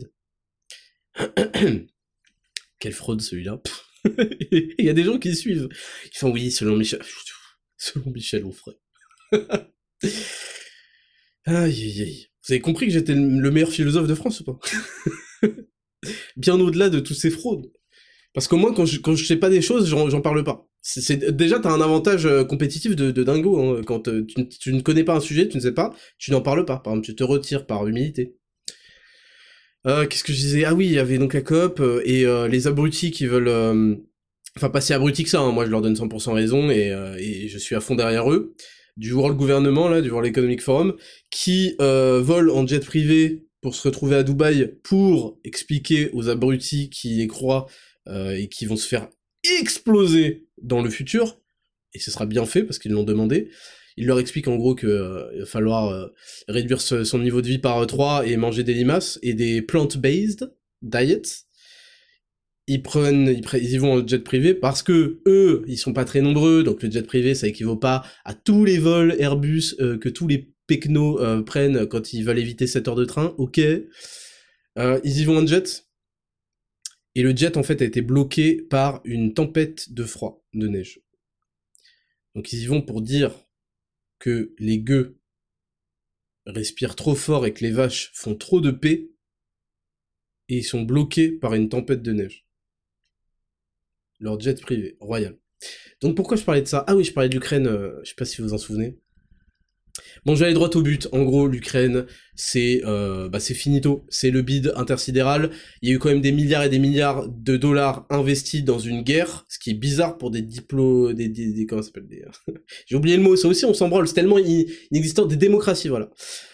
Quelle fraude, celui-là. Il y a des gens qui suivent. Ils font oui, selon Michel... Selon Michel Onfray. Aïe, aïe, aïe. Vous avez compris que j'étais le meilleur philosophe de France ou pas? Bien au-delà de toutes ces fraudes. Parce qu'au moins, quand je sais pas des choses, j'en parle pas. Déjà, t'as un avantage compétitif de dingo. Hein. Quand tu ne connais pas un sujet, tu ne sais pas, tu n'en parles pas. Par exemple, tu te retires par humilité. Qu'est-ce que je disais? Ah oui, il y avait donc la COP, et les abrutis qui veulent... Enfin, pas si abrutis que ça, hein. Moi je leur donne 100% raison, et je suis à fond derrière eux. Du World Gouvernement, là, du World Economic Forum, qui volent en jet privé pour se retrouver à Dubaï pour expliquer aux abrutis qui y croient et qui vont se faire exploser dans le futur, et ce sera bien fait parce qu'ils l'ont demandé. Il leur explique en gros que il va falloir réduire son niveau de vie par 3 et manger des limaces et des plant-based diets. Ils y vont en jet privé parce que eux, ils sont pas très nombreux, donc le jet privé ça équivaut pas à tous les vols Airbus que tous les pecnos prennent quand ils veulent éviter 7 heures de train, ok. Ils y vont en jet, et le jet en fait a été bloqué par une tempête de froid, de neige. Donc ils y vont pour dire que les gueux respirent trop fort et que les vaches font trop de paix, et ils sont bloqués par une tempête de neige. Leur jet privé, royal. Donc pourquoi je parlais de ça? Ah oui, je parlais de l'Ukraine, je sais pas si vous vous en souvenez. Bon, j'allais droit au but. En gros, l'Ukraine, c'est finito. C'est le bid intersidéral. Il y a eu quand même des milliards et des milliards de dollars investis dans une guerre, ce qui est bizarre pour des diplômes, comment ça s'appelle, j'ai oublié le mot, ça aussi on s'en branle, c'est tellement inexistant, des démocraties, voilà.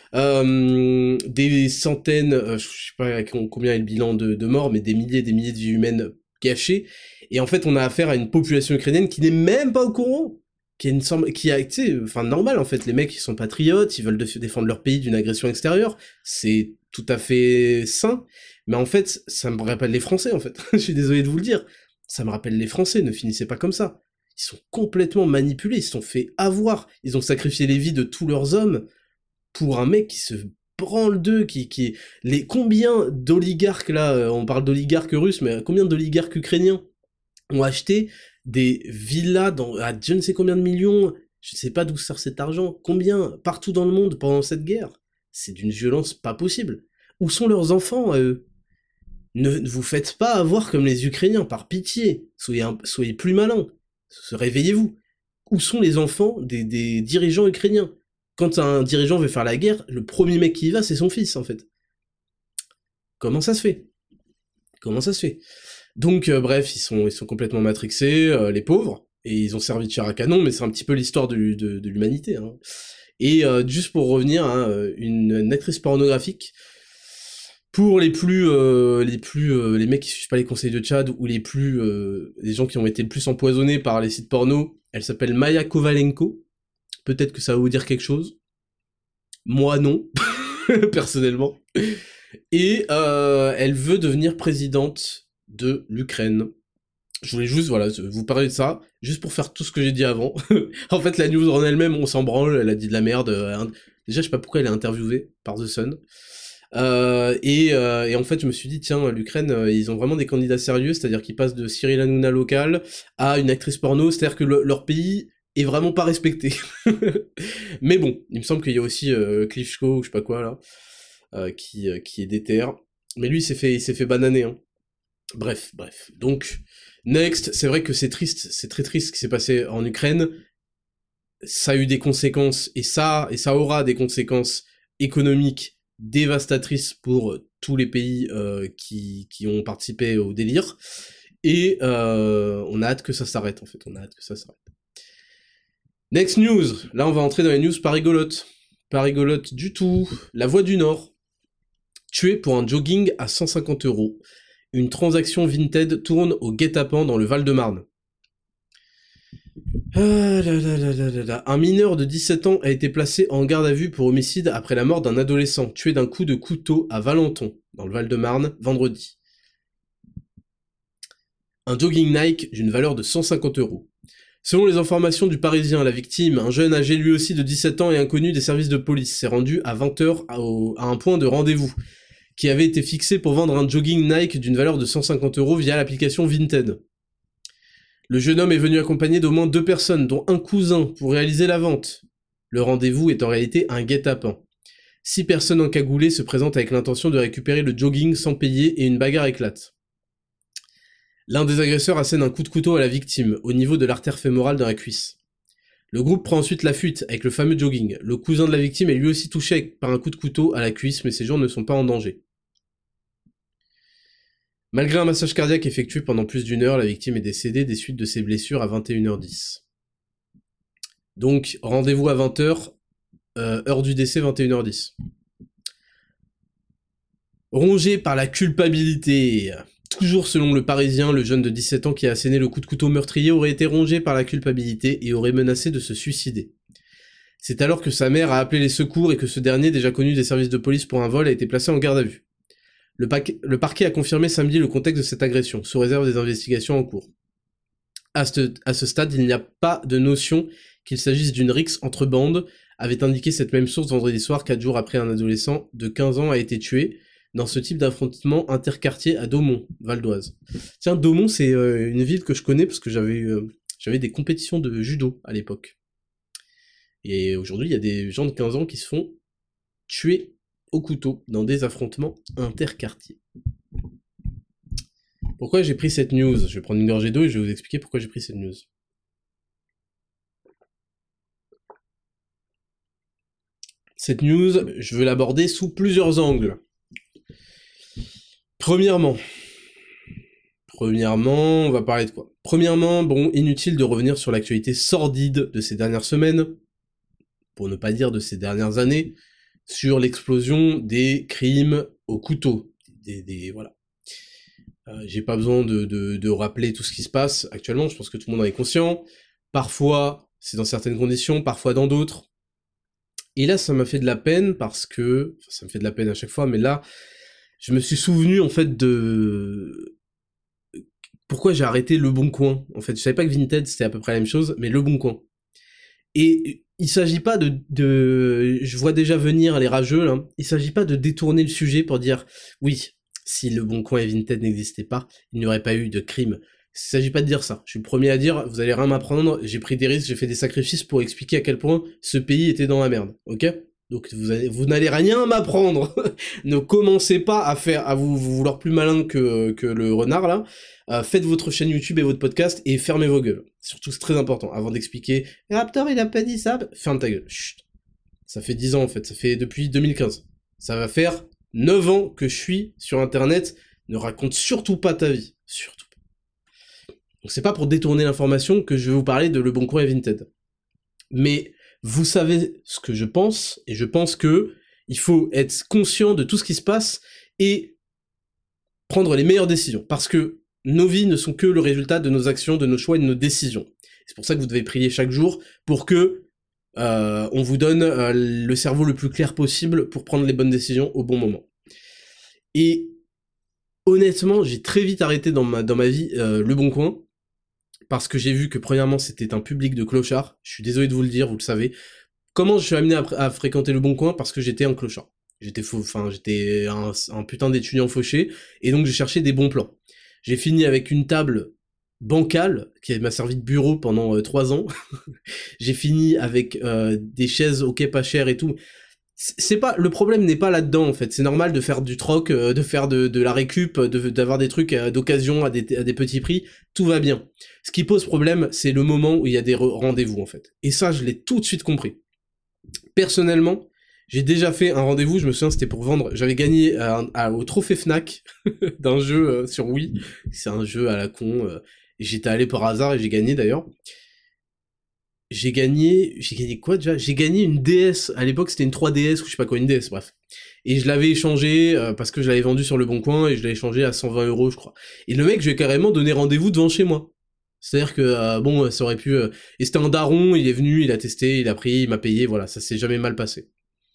Des centaines, je sais pas combien est le bilan de morts, mais des milliers et des milliers de vies humaines gâchées. Et en fait, on a affaire à une population ukrainienne qui n'est même pas au courant. Qui a, tu sais, enfin, normal, en fait, les mecs, ils sont patriotes, ils veulent défendre leur pays d'une agression extérieure, c'est tout à fait sain, mais en fait, ça me rappelle les Français, en fait, je suis désolé de vous le dire, ça me rappelle les Français, ne finissez pas comme ça, ils sont complètement manipulés, ils se sont fait avoir, ils ont sacrifié les vies de tous leurs hommes pour un mec qui se branle d'eux, combien d'oligarques, là, on parle d'oligarques russes, mais combien d'oligarques ukrainiens ont acheté des villas à je ne sais combien de millions, je sais pas d'où sort cet argent, combien, partout dans le monde pendant cette guerre. C'est d'une violence pas possible. Où sont leurs enfants, à eux? Ne vous faites pas avoir comme les Ukrainiens, par pitié. Soyez plus malins. Réveillez-vous. Où sont les enfants des dirigeants ukrainiens? Quand un dirigeant veut faire la guerre, le premier mec qui y va, c'est son fils, en fait. Comment ça se fait? Comment ça se fait? Donc, bref, ils sont complètement matrixés, les pauvres, et ils ont servi de chair à canon, mais c'est un petit peu l'histoire de l'humanité. Hein. Et juste pour revenir, hein, une actrice pornographique, pour les mecs qui suivent pas les conseils de Tchad, ou les gens qui ont été le plus empoisonnés par les sites porno, elle s'appelle Maya Kovalenko. Peut-être que ça va vous dire quelque chose. Moi, non, personnellement. Et elle veut devenir présidente de l'Ukraine. Je voulais juste, voilà, vous parler de ça, juste pour faire tout ce que j'ai dit avant. En fait, la news en elle-même, on s'en branle, elle a dit de la merde. Déjà, je sais pas pourquoi elle est interviewée par The Sun. Et en fait, je me suis dit, tiens, l'Ukraine, ils ont vraiment des candidats sérieux, c'est-à-dire qu'ils passent de Cyril Hanouna local à une actrice porno, c'est-à-dire que leur pays est vraiment pas respecté. Mais bon, il me semble qu'il y a aussi Klitschko, ou je sais pas quoi, là, qui est déter. Mais lui, il s'est fait bananer, hein. Bref. Donc, next, c'est vrai que c'est triste, c'est très triste ce qui s'est passé en Ukraine. Ça a eu des conséquences, et ça aura des conséquences économiques dévastatrices pour tous les pays qui ont participé au délire. Et on a hâte que ça s'arrête, en fait. On a hâte que ça s'arrête. Next news. Là, on va entrer dans les news pas rigolotes. Pas rigolotes du tout. La Voix du Nord. tué pour un jogging à 150 €. Une transaction Vinted tourne au guet-apens dans le Val-de-Marne. Ah là là là là là là. Un mineur de 17 ans a été placé en garde à vue pour homicide après la mort d'un adolescent tué d'un coup de couteau à Valenton, dans le Val-de-Marne, vendredi. Un jogging Nike d'une valeur de 150 €. Selon les informations du Parisien, la victime, un jeune âgé lui aussi de 17 ans et inconnu des services de police, s'est rendu à 20h à un point de rendez-vous, qui avait été fixé pour vendre un jogging Nike d'une valeur de 150 € via l'application Vinted. Le jeune homme est venu accompagné d'au moins 2 personnes, dont un cousin, pour réaliser la vente. Le rendez-vous est en réalité un guet-apens. 6 personnes encagoulées se présentent avec l'intention de récupérer le jogging sans payer et une bagarre éclate. L'un des agresseurs assène un coup de couteau à la victime, au niveau de l'artère fémorale dans la cuisse. Le groupe prend ensuite la fuite avec le fameux jogging. Le cousin de la victime est lui aussi touché par un coup de couteau à la cuisse, mais ses jours ne sont pas en danger. Malgré un massage cardiaque effectué pendant plus d'1 heure, la victime est décédée des suites de ses blessures à 21h10. Donc, rendez-vous à 20h, heure du décès 21h10. Rongé par la culpabilité. Toujours selon le Parisien, le jeune de 17 ans qui a asséné le coup de couteau meurtrier aurait été rongé par la culpabilité et aurait menacé de se suicider. C'est alors que sa mère a appelé les secours et que ce dernier, déjà connu des services de police pour un vol, a été placé en garde à vue. Le parquet a confirmé samedi le contexte de cette agression, sous réserve des investigations en cours. À ce stade, il n'y a pas de notion qu'il s'agisse d'une rixe entre bandes, avait indiqué cette même source vendredi soir, 4 jours après un adolescent de 15 ans a été tué dans ce type d'affrontement interquartier à Daumont, Val d'Oise. Tiens, Daumont, c'est une ville que je connais parce que j'avais des compétitions de judo à l'époque. Et aujourd'hui, il y a des gens de 15 ans qui se font tuer au couteau dans des affrontements interquartiers. Pourquoi j'ai pris cette news ? Je vais prendre une gorgée d'eau et je vais vous expliquer pourquoi j'ai pris cette news. Cette news, je veux l'aborder sous plusieurs angles. Premièrement, on va parler de quoi ? Premièrement, bon, inutile de revenir sur l'actualité sordide de ces dernières semaines, pour ne pas dire de ces dernières années, sur l'explosion des crimes au couteau. Voilà. J'ai pas besoin de rappeler tout ce qui se passe actuellement, je pense que tout le monde en est conscient. Parfois, c'est dans certaines conditions, parfois dans d'autres. Et là, ça m'a fait de la peine parce que... Enfin, ça me fait de la peine à chaque fois, mais là, je me suis souvenu, en fait, de... Pourquoi j'ai arrêté Le Bon Coin. En fait, je savais pas que Vinted, c'était à peu près la même chose, mais Le Bon Coin. Et il s'agit pas de... Je vois déjà venir les rageux, là. Il s'agit pas de détourner le sujet pour dire, oui, si Le Bon Coin et Vinted n'existaient pas, il n'y aurait pas eu de crime. Il s'agit pas de dire ça. Je suis le premier à dire, vous allez rien m'apprendre, j'ai pris des risques, j'ai fait des sacrifices pour expliquer à quel point ce pays était dans la merde, ok ? Donc vous n'allez rien m'apprendre. Ne commencez pas à vous vouloir plus malin que le renard, là. Faites votre chaîne YouTube et votre podcast et fermez vos gueules. Surtout, c'est très important. Avant d'expliquer, Raptor, il a pas dit ça, ferme ta gueule. Chut. Ça fait 10 ans, en fait. Ça fait depuis 2015. Ça va faire 9 ans que je suis sur Internet. Ne raconte surtout pas ta vie. Surtout pas. Donc c'est pas pour détourner l'information que je vais vous parler de Le Bon Coin et Vinted. Mais vous savez ce que je pense, et je pense que il faut être conscient de tout ce qui se passe et prendre les meilleures décisions. Parce que nos vies ne sont que le résultat de nos actions, de nos choix et de nos décisions. C'est pour ça que vous devez prier chaque jour pour que on vous donne le cerveau le plus clair possible pour prendre les bonnes décisions au bon moment. Et honnêtement, j'ai très vite arrêté dans ma vie Le Bon Coin, parce que j'ai vu que premièrement c'était un public de clochards. Je suis désolé de vous le dire, vous le savez. Comment je suis amené à fréquenter Le Bon Coin ? Parce que j'étais un clochard. J'étais un putain d'étudiant fauché, et donc j'ai cherché des bons plans. J'ai fini avec une table bancale, qui m'a servi de bureau pendant 3 ans. J'ai fini avec des chaises ok pas chères et tout. Le problème n'est pas là-dedans, en fait. C'est normal de faire du troc, de faire de la récup, d'avoir des trucs d'occasion à des petits prix. Tout va bien. Ce qui pose problème, c'est le moment où il y a des rendez-vous, en fait. Et ça, je l'ai tout de suite compris. Personnellement, j'ai déjà fait un rendez-vous, je me souviens, c'était pour vendre... J'avais gagné au trophée Fnac d'un jeu sur Wii. C'est un jeu à la con. Et j'étais allé par hasard et j'ai gagné, d'ailleurs. J'ai gagné quoi déjà ? J'ai gagné une DS, à l'époque c'était une 3DS ou je sais pas quoi, une DS, bref. Et je l'avais échangé, parce que je l'avais vendu sur le Bon Coin, et je l'avais échangé à 120 €, je crois. Et le mec, je lui ai carrément donné rendez-vous devant chez moi. C'est-à-dire que, bon, ça aurait pu... Et c'était un daron, il est venu, il a testé, il a pris, il m'a payé, voilà, ça s'est jamais mal passé.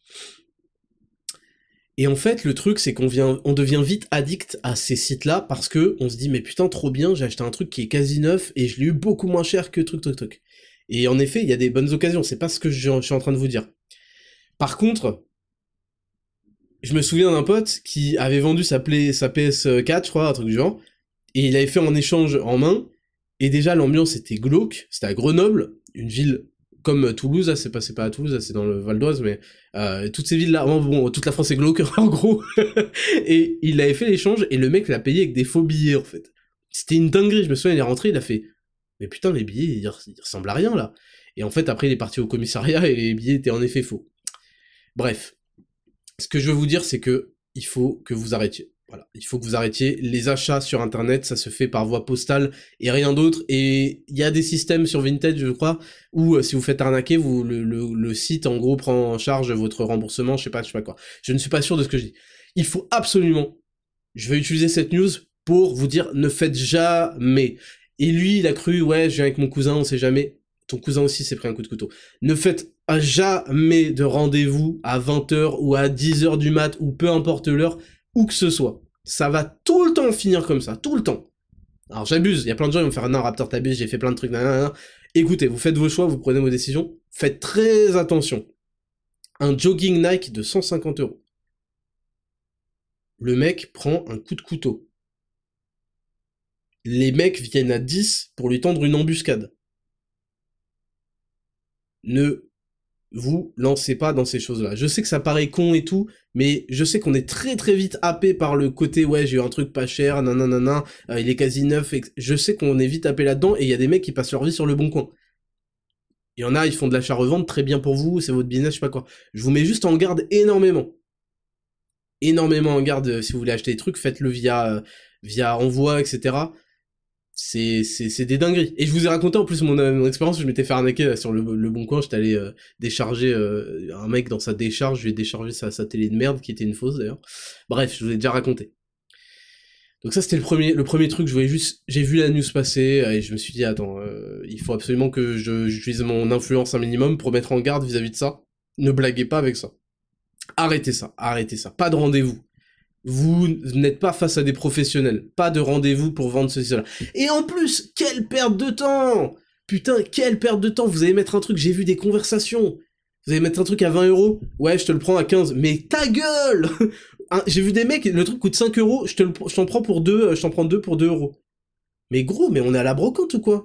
Et en fait, le truc, c'est on devient vite addict à ces sites-là, parce que on se dit, mais putain, trop bien, j'ai acheté un truc qui est quasi neuf, et je l'ai eu beaucoup moins cher que truc. Et en effet, il y a des bonnes occasions, c'est pas ce que je suis en train de vous dire. Par contre, je me souviens d'un pote qui avait vendu sa PS4, je crois, un truc du genre, et il avait fait un échange en main, et déjà l'ambiance était glauque, c'était à Grenoble, une ville comme Toulouse, là, c'est pas à Toulouse, là, c'est dans le Val d'Oise, mais toutes ces villes-là, bon, toute la France est glauque, en gros, et il avait fait l'échange, et le mec l'a payé avec des faux billets, en fait. C'était une dinguerie, je me souviens, il est rentré, il a fait, mais putain, les billets, ils ressemblent à rien, là. Et en fait, après, il est parti au commissariat, et les billets étaient en effet faux. Bref. Ce que je veux vous dire, c'est que il faut que vous arrêtiez. Voilà, il faut que vous arrêtiez. Les achats sur Internet, ça se fait par voie postale et rien d'autre. Et il y a des systèmes sur Vinted, je crois, où si vous faites arnaquer, le site, en gros, prend en charge votre remboursement, je sais pas quoi. Je ne suis pas sûr de ce que je dis. Il faut absolument... Je vais utiliser cette news pour vous dire, ne faites jamais. Et lui, il a cru, ouais, je viens avec mon cousin, on sait jamais. Ton cousin aussi s'est pris un coup de couteau. Ne faites jamais de rendez-vous à 20h ou à 10h du mat, ou peu importe l'heure, où que ce soit. Ça va tout le temps finir comme ça, tout le temps. Alors j'abuse, il y a plein de gens qui vont me faire « Non, Raptor, t'abuses, j'ai fait plein de trucs, nanana. » Écoutez, vous faites vos choix, vous prenez vos décisions, faites très attention. Un jogging Nike de 150 €. Le mec prend un coup de couteau. Les mecs viennent à 10 pour lui tendre une embuscade. Ne vous lancez pas dans ces choses-là. Je sais que ça paraît con et tout, mais je sais qu'on est très très vite happé par le côté ouais, j'ai eu un truc pas cher, nanana, il est quasi neuf, et je sais qu'on est vite happé là-dedans, et il y a des mecs qui passent leur vie sur le Bon Coin. Il y en a, ils font de l'achat-revente, très bien pour vous, c'est votre business, je sais pas quoi. Je vous mets juste en garde énormément. Énormément en garde, si vous voulez acheter des trucs, faites-le via envoi, etc. C'est des dingueries. Et je vous ai raconté en plus mon expérience où je m'étais fait arnaquer là, sur le Bon Coin. J'étais allé décharger un mec dans sa décharge, je lui ai déchargé sa télé de merde, qui était une fausse d'ailleurs. Bref, je vous ai déjà raconté. Donc ça c'était le premier truc, j'ai vu la news passer, et je me suis dit, attends, il faut absolument que j'utilise mon influence un minimum pour mettre en garde vis-à-vis de ça. Ne blaguez pas avec ça. Arrêtez ça. Pas de rendez-vous. Vous n'êtes pas face à des professionnels. Pas de rendez-vous pour vendre ceci, cela. Et en plus, quelle perte de temps! Putain, quelle perte de temps! Vous allez mettre un truc, j'ai vu des conversations. Vous allez mettre un truc à 20 €. Ouais, je te le prends à 15. Mais ta gueule! J'ai vu des mecs, le truc coûte 5 €. Je t'en prends pour 2, je t'en prends 2 pour 2 €. Mais gros, mais on est à la brocante ou quoi?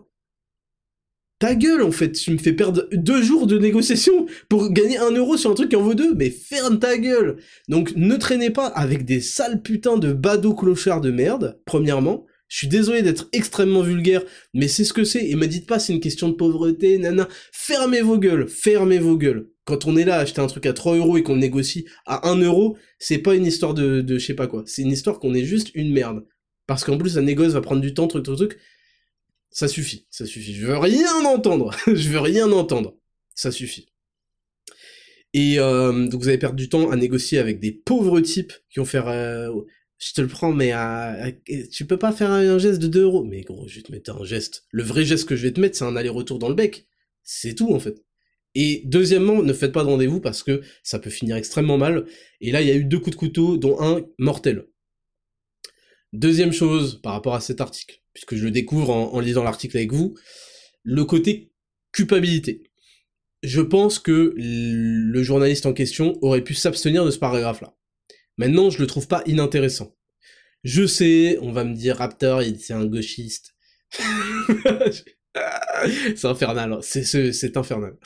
Ta gueule, en fait, tu me fais perdre 2 jours de négociation pour gagner 1 € sur un truc qui en vaut 2, mais ferme ta gueule. Donc ne traînez pas avec des sales putains de badauds clochards de merde, premièrement. Je suis désolé d'être extrêmement vulgaire, mais c'est ce que c'est, et me dites pas c'est une question de pauvreté, nana. Fermez vos gueules. Quand on est là à acheter un truc à 3 € et qu'on négocie à 1 €, c'est pas une histoire de je sais pas quoi, c'est une histoire qu'on est juste une merde. Parce qu'en plus, la négoce va prendre du temps, truc. Ça suffit. Je veux rien entendre. Ça suffit. Et donc vous avez perdu du temps à négocier avec des pauvres types qui vont faire je te le prends, mais tu peux pas faire un geste de 2 €. Mais gros, je vais te mettre un geste. Le vrai geste que je vais te mettre, c'est un aller-retour dans le bec. C'est tout, en fait. Et deuxièmement, ne faites pas de rendez-vous parce que ça peut finir extrêmement mal. Et là, il y a eu 2 coups de couteau, dont un mortel. Deuxième chose, par rapport à cet article, puisque je le découvre en lisant l'article avec vous, le côté culpabilité. Je pense que le journaliste en question aurait pu s'abstenir de ce paragraphe-là. Maintenant, je le trouve pas inintéressant. Je sais, on va me dire, Raptor, c'est un gauchiste. C'est infernal, c'est infernal.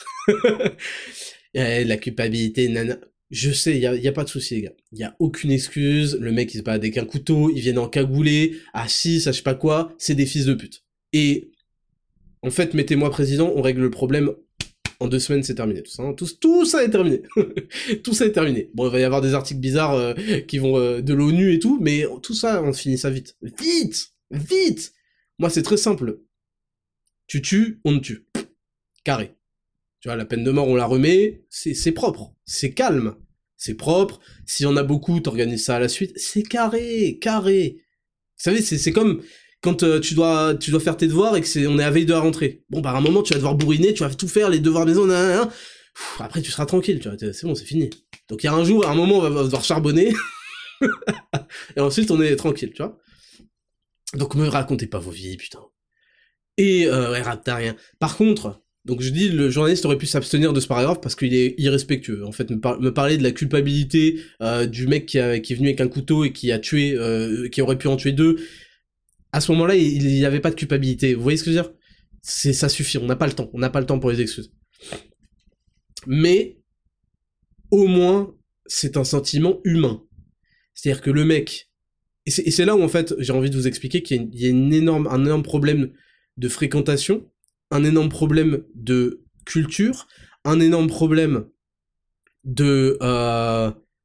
La culpabilité, nana... Je sais, y a pas de souci, les gars. Y a aucune excuse, le mec il se bat avec un couteau, ils viennent en cagoulé, à 6, à je sais pas quoi, c'est des fils de pute. Et, en fait, mettez-moi président, on règle le problème, en 2 semaines c'est terminé, tout ça, hein. Tout ça est terminé. Tout ça est terminé. Bon, il va y avoir des articles bizarres qui vont de l'ONU et tout, mais tout ça, on finit ça vite. Vite! Moi c'est très simple. Tu tues, on te tue. Carré. Tu vois, la peine de mort, on la remet, c'est propre, c'est calme, c'est propre, s'il y en a beaucoup, t'organises ça à la suite, c'est carré. Vous savez, c'est comme quand tu dois faire tes devoirs et que on est à veille de la rentrée. Bon, bah, à un moment, tu vas devoir bourriner, tu vas tout faire, les devoirs maison, après, tu seras tranquille, tu vois, c'est bon, c'est fini. Donc, il y a un moment, on va devoir charbonner, et ensuite, on est tranquille, tu vois. Donc, me racontez pas vos vies, putain. Et, ouais, Raptarien. Par contre, donc je dis, le journaliste aurait pu s'abstenir de ce paragraphe parce qu'il est irrespectueux. En fait, me parler de la culpabilité du mec qui est venu avec un couteau et qui a tué, qui aurait pu en tuer 2, à ce moment-là, il y avait pas de culpabilité. Vous voyez ce que je veux dire ? Ça suffit, on n'a pas le temps pour les excuses. Mais, au moins, c'est un sentiment humain. C'est-à-dire que le mec... Et c'est là où, en fait, j'ai envie de vous expliquer qu'il y a un énorme problème de fréquentation, un énorme problème de culture, un énorme problème de... comment ?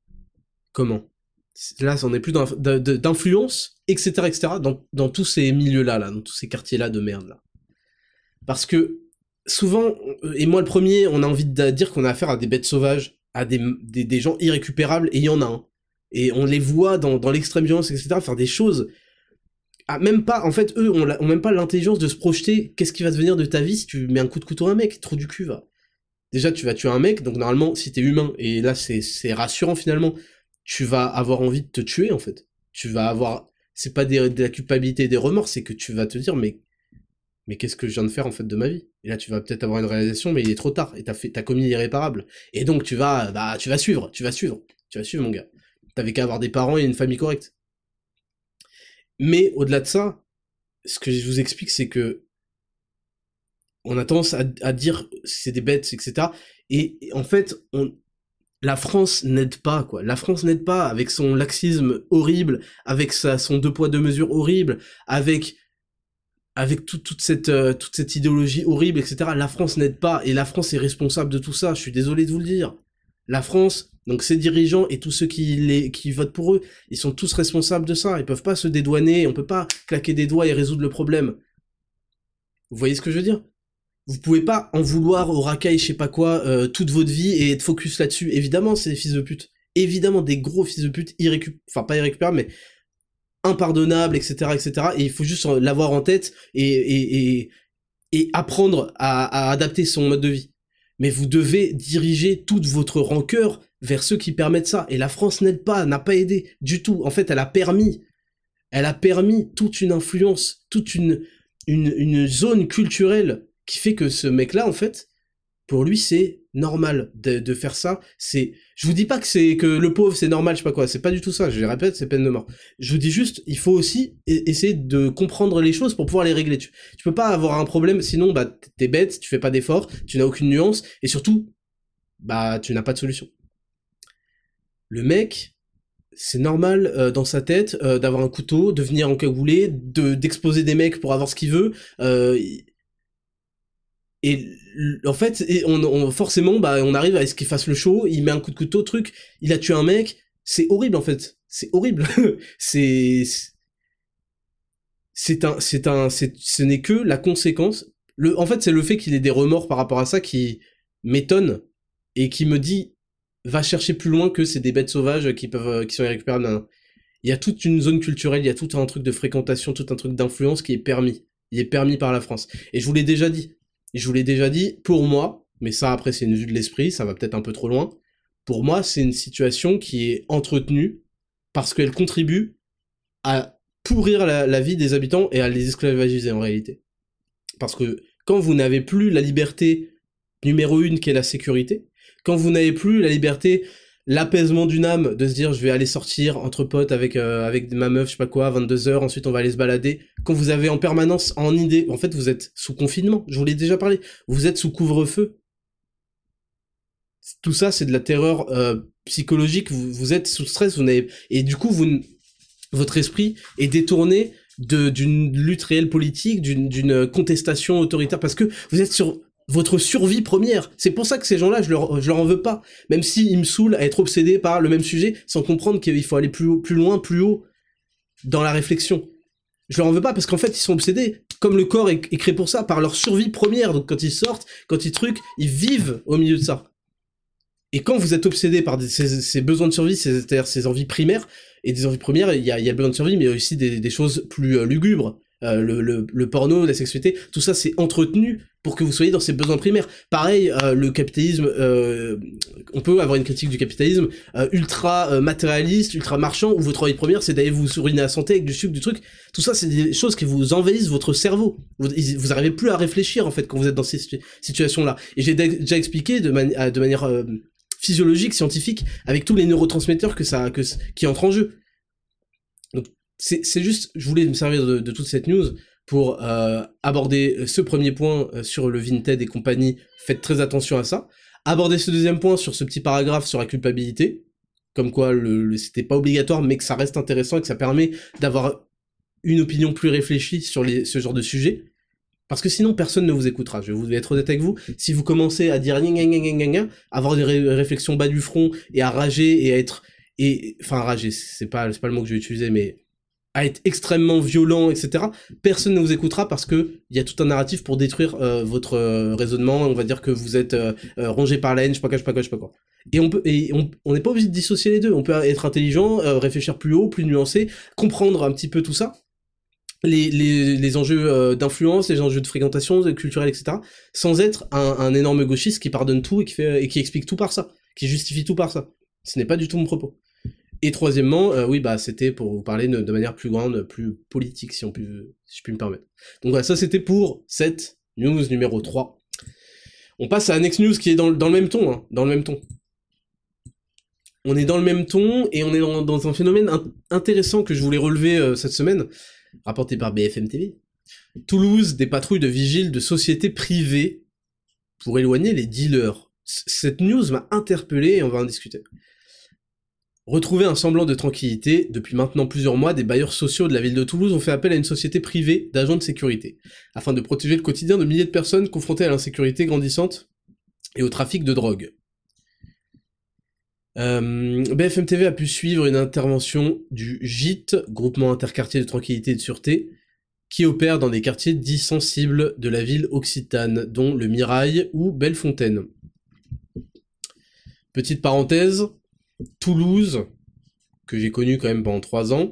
Là, on est plus d'influence, etc., dans tous ces milieux-là, dans tous ces quartiers-là de merde, là. Parce que, souvent, et moi le premier, on a envie de dire qu'on a affaire à des bêtes sauvages, à des gens irrécupérables, et il y en a un. Et on les voit dans l'extrême violence, etc., faire des choses... Ah, même pas, en fait, eux ont même pas l'intelligence de se projeter qu'est-ce qui va devenir de ta vie si tu mets un coup de couteau à un mec, trou du cul, va. Déjà, tu vas tuer un mec, donc normalement, si t'es humain, et là, c'est rassurant, finalement, tu vas avoir envie de te tuer, en fait. Tu vas avoir... C'est pas de la culpabilité et des remords, c'est que tu vas te dire, mais qu'est-ce que je viens de faire, en fait, de ma vie ? Et là, tu vas peut-être avoir une réalisation, mais il est trop tard, et t'as commis l'irréparable. Et donc, tu vas suivre, mon gars. T'avais qu'à avoir des parents et une famille correcte. Mais au-delà de ça, ce que je vous explique, c'est que on a tendance à dire c'est des bêtes, etc. Et en fait, la France n'aide pas, quoi. La France n'aide pas avec son laxisme horrible, avec son 2 poids 2 mesures horrible, avec toute cette idéologie horrible, etc. La France n'aide pas, et la France est responsable de tout ça. Je suis désolé de vous le dire. La France, donc ses dirigeants et tous ceux qui votent pour eux, ils sont tous responsables de ça. Ils peuvent pas se dédouaner, on peut pas claquer des doigts et résoudre le problème. Vous voyez ce que je veux dire ? Vous pouvez pas en vouloir au racaille, je sais pas quoi, toute votre vie et être focus là-dessus. Évidemment, c'est des fils de pute. Évidemment, des gros fils de pute pas irrécupérables, mais impardonnables, etc., etc. Et il faut juste l'avoir en tête et apprendre à adapter son mode de vie. Mais vous devez diriger toute votre rancœur vers ceux qui permettent ça. Et la France n'aide pas, n'a pas aidé du tout. En fait, elle a permis toute une influence, toute une zone culturelle qui fait que ce mec-là, en fait, pour lui, c'est normal de faire ça. Je vous dis pas que le pauvre, c'est normal, je sais pas quoi. C'est pas du tout ça. Je le répète, c'est peine de mort. Je vous dis juste, il faut aussi essayer de comprendre les choses pour pouvoir les régler. Tu peux pas avoir un problème, sinon, bah, t'es bête, tu fais pas d'efforts, tu n'as aucune nuance, et surtout, bah, tu n'as pas de solution. Le mec, c'est normal dans sa tête d'avoir un couteau, de venir encagoulé, d'exposer des mecs pour avoir ce qu'il veut. Et en fait, forcément, bah, on arrive à ce qu'il fasse le show, il met un coup de couteau, truc, il a tué un mec, c'est horrible en fait, c'est horrible. Ce n'est que la conséquence. En fait, c'est le fait qu'il ait des remords par rapport à ça qui m'étonne et qui me dit, va chercher plus loin que c'est des bêtes sauvages qui sont irrécupérables. Non. Il y a toute une zone culturelle, il y a tout un truc de fréquentation, tout un truc d'influence qui est permis. Il est permis par la France. Et je vous l'ai déjà dit. Pour moi, mais ça après c'est une vue de l'esprit, ça va peut-être un peu trop loin, pour moi c'est une situation qui est entretenue parce qu'elle contribue à pourrir la vie des habitants et à les esclavagiser en réalité. Parce que quand vous n'avez plus la liberté numéro 1 qui est la sécurité, quand vous n'avez plus la liberté, l'apaisement d'une âme, de se dire je vais aller sortir entre potes avec ma meuf, je sais pas quoi, 22h, ensuite on va aller se balader, quand vous avez en permanence en idée, en fait vous êtes sous confinement, je vous l'ai déjà parlé, vous êtes sous couvre-feu. Tout ça c'est de la terreur psychologique, vous êtes sous stress, et du coup votre esprit est détourné d'une lutte réelle politique, d'une contestation autoritaire, parce que vous êtes sur votre survie première. C'est pour ça que ces gens-là, je leur en veux pas. Même s'ils me saoulent à être obsédés par le même sujet, sans comprendre qu'il faut aller plus loin, plus haut, dans la réflexion. Je leur en veux pas parce qu'en fait, ils sont obsédés. Comme le corps est créé pour ça, par leur survie première. Donc quand ils sortent, quand ils ils vivent au milieu de ça. Et quand vous êtes obsédé par ces besoins de survie, c'est-à-dire ces envies primaires, et des envies premières, il y a le besoin de survie, mais il y a aussi des choses plus lugubres. Le porno, la sexualité, tout ça c'est entretenu pour que vous soyez dans ces besoins primaires. Pareil, le capitalisme, on peut avoir une critique du capitalisme ultra matérialiste, ultra marchand, où votre envie première c'est d'aller vous ruiner la santé avec du sucre, du truc. Tout ça c'est des choses qui vous envahissent votre cerveau. Vous arrivez plus à réfléchir en fait quand vous êtes dans ces situations-là. Et j'ai déjà expliqué de manière physiologique, scientifique, avec tous les neurotransmetteurs qui entrent en jeu. Donc c'est juste, je voulais me servir de toute cette news pour aborder ce premier point sur le Vinted et compagnie, faites très attention à ça. Aborder ce deuxième point sur ce petit paragraphe sur la culpabilité, comme quoi c'était pas obligatoire, mais que ça reste intéressant et que ça permet d'avoir une opinion plus réfléchie sur ce genre de sujet. Parce que sinon, personne ne vous écoutera. Je vais être honnête avec vous. Si vous commencez à dire avoir des réflexions bas du front et à rager et à être... Enfin, rager, c'est pas le mot que je vais utiliser, mais à être extrêmement violent, etc. Personne ne vous écoutera parce que il y a tout un narratif pour détruire votre raisonnement. On va dire que vous êtes rongé par la haine, je sais pas quoi. Et on n'est pas obligé de dissocier les deux. On peut être intelligent, réfléchir plus haut, plus nuancé, comprendre un petit peu tout ça. Les enjeux d'influence, les enjeux de fréquentation, culturelle, etc. Sans être un énorme gauchiste qui pardonne tout et qui explique tout par ça, qui justifie tout par ça. Ce n'est pas du tout mon propos. Et troisièmement, c'était pour vous parler de manière plus grande, plus politique, si je puis me permettre. Donc voilà, ça c'était pour cette news numéro 3. On passe à la next news qui est dans le même ton, hein, dans le même ton. On est dans le même ton, et on est dans un phénomène intéressant que je voulais relever cette semaine, rapporté par BFM TV. Toulouse, des patrouilles de vigiles de sociétés privées pour éloigner les dealers. Cette news m'a interpellé et on va en discuter. Retrouver un semblant de tranquillité, depuis maintenant plusieurs mois, des bailleurs sociaux de la ville de Toulouse ont fait appel à une société privée d'agents de sécurité, afin de protéger le quotidien de milliers de personnes confrontées à l'insécurité grandissante et au trafic de drogue. BFM TV a pu suivre une intervention du GIT, Groupement Interquartier de Tranquillité et de Sûreté, qui opère dans des quartiers dits sensibles de la ville occitane, dont le Mirail ou Bellefontaine. Petite parenthèse, Toulouse, que j'ai connu quand même pendant 3 ans,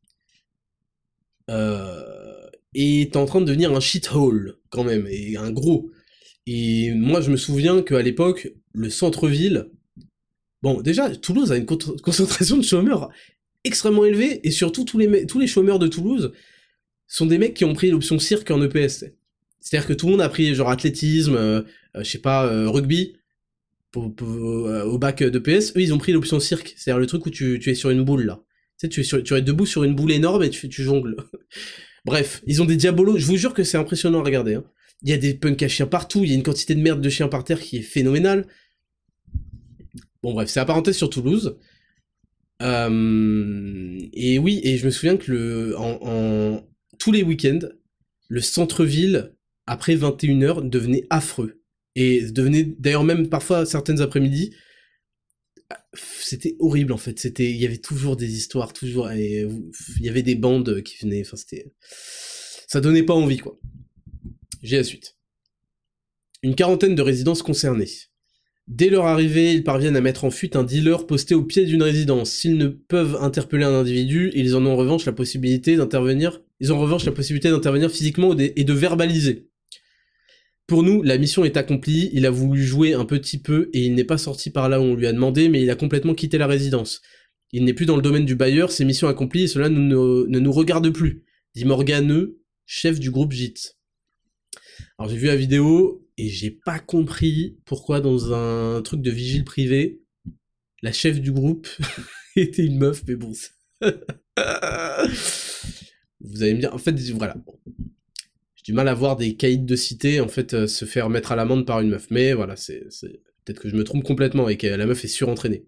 est en train de devenir un shithole, quand même, et un gros. Et moi, je me souviens qu'à l'époque, le centre-ville... Bon, déjà, Toulouse a une concentration de chômeurs extrêmement élevée, et surtout, tous les chômeurs de Toulouse sont des mecs qui ont pris l'option cirque en EPS. C'est-à-dire que tout le monde a pris, genre, athlétisme, rugby... au bac d'EPS, eux ils ont pris l'option cirque, c'est-à-dire le truc où tu es sur une boule là. Tu sais, tu es debout sur une boule énorme et tu jongles. Bref, ils ont des diabolos, je vous jure que c'est impressionnant à regarder. Hein. Il y a des punks à chiens partout, il y a une quantité de merde de chiens par terre qui est phénoménale. Bon bref, c'est la parenthèse sur Toulouse. Et oui, et je me souviens que tous les week-ends, le centre-ville, après 21h, devenait affreux. Et devenait, d'ailleurs même parfois certaines après-midi, c'était horrible en fait, il y avait toujours des histoires, il y avait des bandes qui venaient, enfin ça donnait pas envie quoi. J'ai la suite. Une quarantaine de résidences concernées. Dès leur arrivée, ils parviennent à mettre en fuite un dealer posté au pied d'une résidence. S'ils ne peuvent interpeller un individu, ils ont en revanche la possibilité d'intervenir physiquement et de verbaliser. Pour nous, la mission est accomplie, il a voulu jouer un petit peu et il n'est pas sorti par là où on lui a demandé, mais il a complètement quitté la résidence. Il n'est plus dans le domaine du bailleur, c'est mission accomplie et cela ne nous regarde plus, dit Morganeux, chef du groupe JIT. Alors j'ai vu la vidéo et j'ai pas compris pourquoi dans un truc de vigile privé, la chef du groupe était une meuf, mais bon... Vous allez me dire, en fait, voilà, bon. J'ai du mal à voir des caïds de cité, en fait, se faire mettre à l'amende par une meuf. Mais voilà, c'est peut-être que je me trompe complètement et que la meuf est surentraînée.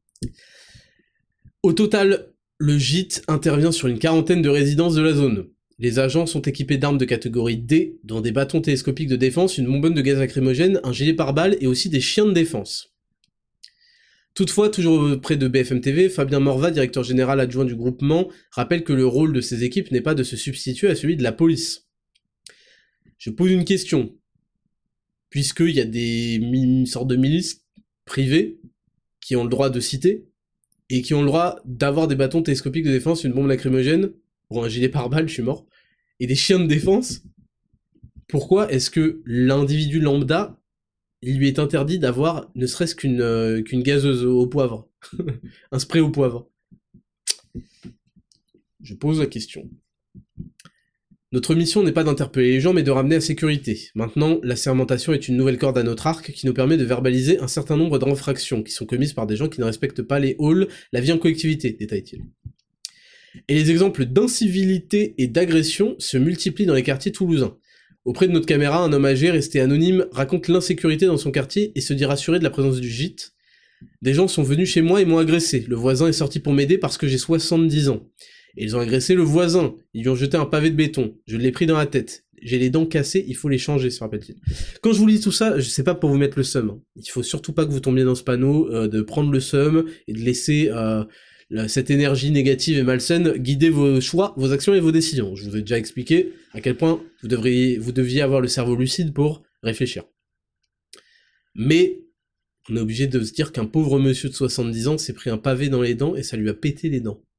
Au total, le gîte intervient sur une quarantaine de résidences de la zone. Les agents sont équipés d'armes de catégorie D, dont des bâtons télescopiques de défense, une bonbonne de gaz lacrymogène, un gilet pare-balles et aussi des chiens de défense. Toutefois, toujours près de BFM TV, Fabien Morvat, directeur général adjoint du groupement, rappelle que le rôle de ces équipes n'est pas de se substituer à celui de la police. Je pose une question. Puisqu'il y a une sorte de milice privée, qui ont le droit de citer, et qui ont le droit d'avoir des bâtons télescopiques de défense, une bombe lacrymogène, ou un gilet pare-balles, je suis mort, et des chiens de défense, pourquoi est-ce que l'individu lambda, il lui est interdit d'avoir ne serait-ce qu'une gazeuse au poivre, un spray au poivre? Je pose la question. Notre mission n'est pas d'interpeller les gens, mais de ramener à sécurité. Maintenant, la sermentation est une nouvelle corde à notre arc qui nous permet de verbaliser un certain nombre d'infractions qui sont commises par des gens qui ne respectent pas les halls, la vie en collectivité, détaille-t-il. Et les exemples d'incivilité et d'agression se multiplient dans les quartiers toulousains. Auprès de notre caméra, un homme âgé resté anonyme raconte l'insécurité dans son quartier et se dit rassuré de la présence du gîte. Des gens sont venus chez moi et m'ont agressé. Le voisin est sorti pour m'aider parce que j'ai 70 ans. Et ils ont agressé le voisin. Ils lui ont jeté un pavé de béton. Je l'ai pris dans la tête. J'ai les dents cassées, il faut les changer, se rappelle-t-il. Quand je vous lis tout ça, je sais pas pour vous mettre le seum. Hein. Il faut surtout pas que vous tombiez dans ce panneau de prendre le seum et de laisser cette énergie négative et malsaine guider vos choix, vos actions et vos décisions. Je vous ai déjà expliqué à quel point vous deviez avoir le cerveau lucide pour réfléchir. Mais on est obligé de se dire qu'un pauvre monsieur de 70 ans s'est pris un pavé dans les dents et ça lui a pété les dents.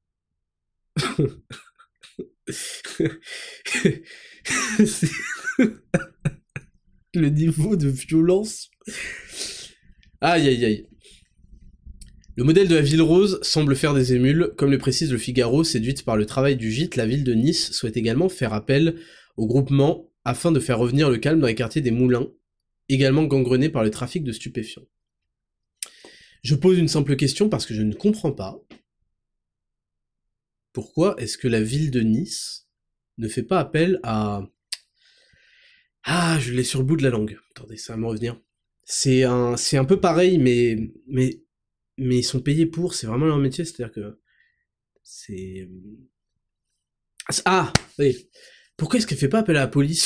Le niveau de violence. Aïe aïe aïe. Le modèle de la ville rose semble faire des émules, comme le précise le Figaro, séduite par le travail du gîte, la ville de Nice souhaite également faire appel au groupement afin de faire revenir le calme dans les quartiers des Moulins, également gangrenés par le trafic de stupéfiants. Je pose une simple question parce que je ne comprends pas. Pourquoi est-ce que la ville de Nice ne fait pas appel à... Ah, je l'ai sur le bout de la langue. Attendez, ça va me revenir. C'est un peu pareil, mais ils sont payés pour, c'est vraiment leur métier, c'est-à-dire que... C'est... Ah, oui. Pourquoi est-ce qu'elle fait pas appel à la police?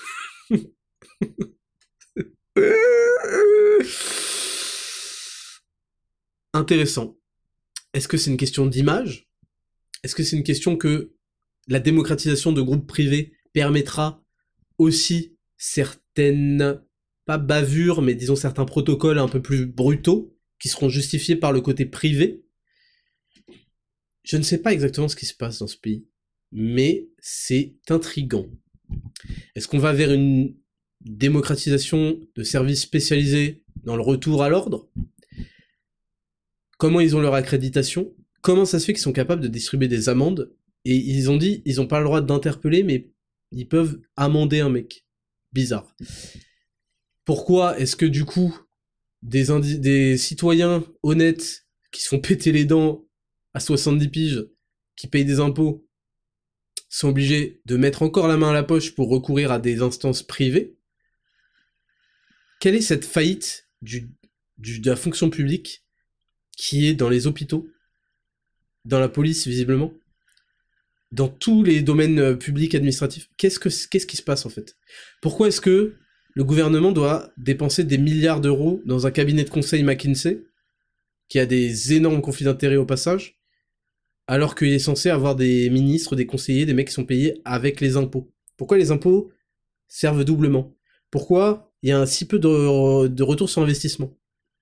Intéressant. Est-ce que c'est une question d'image? Est-ce que c'est une question que la démocratisation de groupes privés permettra aussi certaines, pas bavures, mais disons certains protocoles un peu plus brutaux, qui seront justifiés par le côté privé? Je ne sais pas exactement ce qui se passe dans ce pays, mais c'est intriguant. Est-ce qu'on va vers une démocratisation de services spécialisés dans le retour à l'ordre? Comment ils ont leur accréditation? Comment ça se fait qu'ils sont capables de distribuer des amendes? Et ils ont dit, ils ont pas le droit d'interpeller, mais ils peuvent amender un mec. Bizarre. Pourquoi est-ce que du coup, des citoyens honnêtes qui se font péter les dents à 70 piges, qui payent des impôts, sont obligés de mettre encore la main à la poche pour recourir à des instances privées? Quelle est cette faillite de la fonction publique qui est dans les hôpitaux, dans la police visiblement, dans tous les domaines publics administratifs? Qu'est-ce qui se passe en fait? Pourquoi est-ce que le gouvernement doit dépenser des milliards d'euros dans un cabinet de conseil McKinsey, qui a des énormes conflits d'intérêts au passage, alors qu'il est censé avoir des ministres, des conseillers, des mecs qui sont payés avec les impôts? Pourquoi les impôts servent doublement? Pourquoi il y a si peu de retour sur investissement?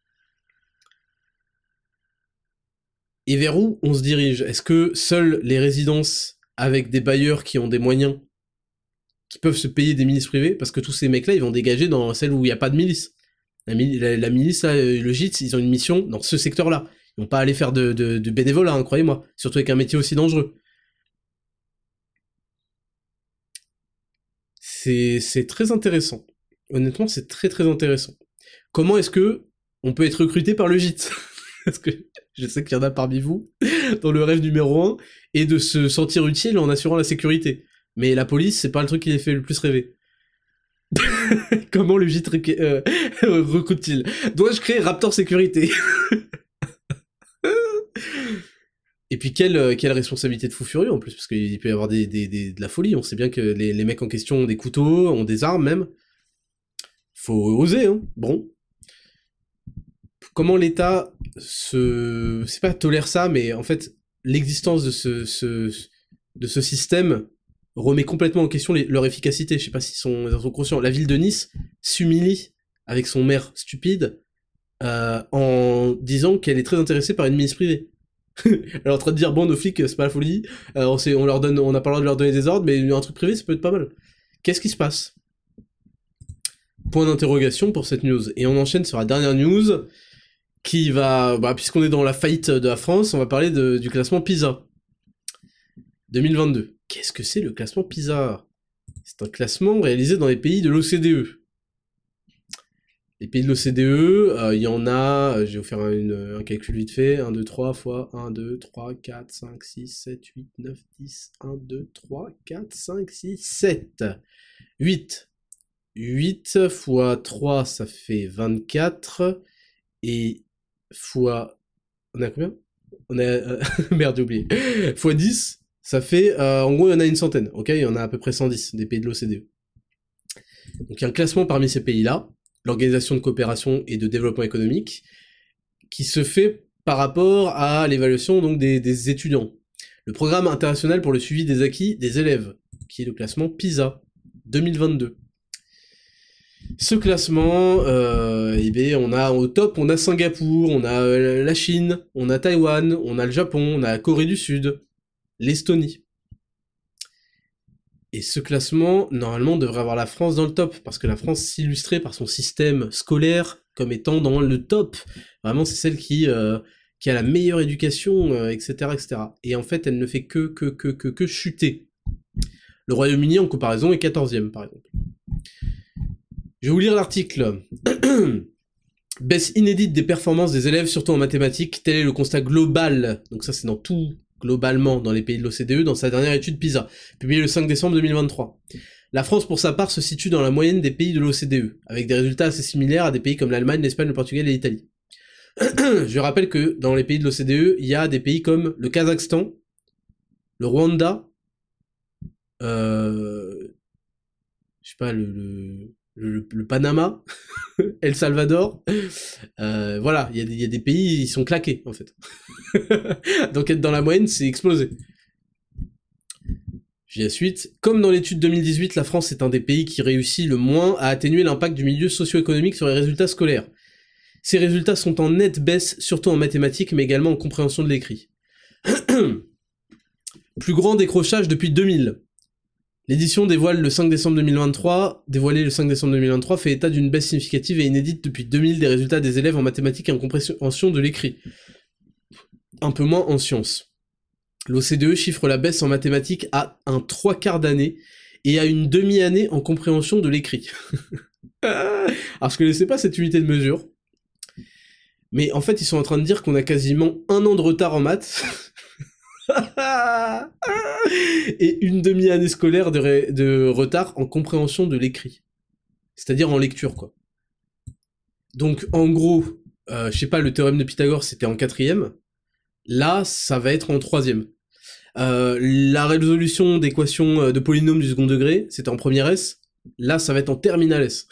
Et vers où on se dirige? Est-ce que seules les résidences avec des bailleurs qui ont des moyens, qui peuvent se payer des milices privées, parce que tous ces mecs-là, ils vont dégager dans celles où il n'y a pas de milice. La milice, là, le gîte, ils ont une mission dans ce secteur-là. Ils vont pas aller faire de bénévolat, hein, croyez-moi. Surtout avec un métier aussi dangereux. C'est très intéressant. Honnêtement, c'est très très intéressant. Comment est-ce que on peut être recruté par le gîte? Parce que je sais qu'il y en a parmi vous, dont le rêve numéro 1 est de se sentir utile en assurant la sécurité. Mais la police, c'est pas le truc qui les fait le plus rêver. Comment le gîte recrute-t-il? Dois-je créer Raptor Sécurité? Et puis quelle responsabilité de fou furieux en plus, parce qu'il peut y avoir de la folie. On sait bien que les mecs en question ont des couteaux, ont des armes même. Faut oser, hein. Bon. Comment l'État c'est pas tolère ça, mais en fait, l'existence de ce système remet complètement en question leur efficacité. Je sais pas s'ils sont conscients. La ville de Nice s'humilie avec son maire stupide en disant qu'elle est très intéressée par une milice privée. Elle est en train de dire, bon, nos flics, c'est pas la folie, on n'a pas le droit de leur donner des ordres, mais un truc privé, ça peut être pas mal. Qu'est-ce qui se passe? Point d'interrogation pour cette news. Et on enchaîne sur la dernière news, qui va, puisqu'on est dans la faillite de la France, on va parler du classement PISA 2022. Qu'est-ce que c'est le classement PISA? C'est un classement réalisé dans les pays de l'OCDE. Les pays de l'OCDE, il y en a, je vais vous faire un calcul vite fait, 1, 2, 3 fois 1, 2, 3, 4, 5, 6, 7, 8, 9, 10, 1, 2, 3, 4, 5, 6, 7, 8. 8 fois 3, ça fait 24, et fois... On a combien? On a... Merde, j'ai oublié. Fois 10, ça fait... en gros, il y en a une centaine, ok? Il y en a à peu près 110, des pays de l'OCDE. Donc il y a un classement parmi ces pays-là, l'Organisation de coopération et de développement économique, qui se fait par rapport à l'évaluation donc des étudiants. Le Programme international pour le suivi des acquis des élèves, qui est le classement PISA 2022. Ce classement, on a au top, on a Singapour, on a la Chine, on a Taïwan, on a le Japon, on a la Corée du Sud, l'Estonie. Et ce classement, normalement, devrait avoir la France dans le top, parce que la France s'illustrait par son système scolaire comme étant dans le top. Vraiment, c'est celle qui a la meilleure éducation, etc., etc. Et en fait, elle ne fait que chuter. Le Royaume-Uni, en comparaison, est 14e, par exemple. Je vais vous lire l'article. Baisse inédite des performances des élèves, surtout en mathématiques, tel est le constat global. Donc ça, c'est dans tout... globalement dans les pays de l'OCDE, dans sa dernière étude PISA, publiée le 5 décembre 2023. La France, pour sa part, se situe dans la moyenne des pays de l'OCDE, avec des résultats assez similaires à des pays comme l'Allemagne, l'Espagne, le Portugal et l'Italie. Je rappelle que dans les pays de l'OCDE, il y a des pays comme le Kazakhstan, le Rwanda, je sais pas, le Panama, El Salvador, voilà, il y a des pays, ils sont claqués, en fait. Donc être dans la moyenne, c'est explosé. J'ai la suite. Comme dans l'étude 2018, la France est un des pays qui réussit le moins à atténuer l'impact du milieu socio-économique sur les résultats scolaires. Ces résultats sont en nette baisse, surtout en mathématiques, mais également en compréhension de l'écrit. Plus grand décrochage depuis 2000. L'édition dévoilée le 5 décembre 2023, fait état d'une baisse significative et inédite depuis 2000 des résultats des élèves en mathématiques et en compréhension de l'écrit. Un peu moins en sciences. L'OCDE chiffre la baisse en mathématiques à un 3/4 d'année et à une demi-année en compréhension de l'écrit. Alors je connaissais pas cette unité de mesure, mais en fait ils sont en train de dire qu'on a quasiment 1 an de retard en maths, et une demi-année scolaire de retard en compréhension de l'écrit. C'est-à-dire en lecture, quoi. Donc en gros, je sais pas, le théorème de Pythagore c'était en 4e, là ça va être en 3e. La résolution d'équations de polynômes du second degré, c'était en première S, là ça va être en terminale S.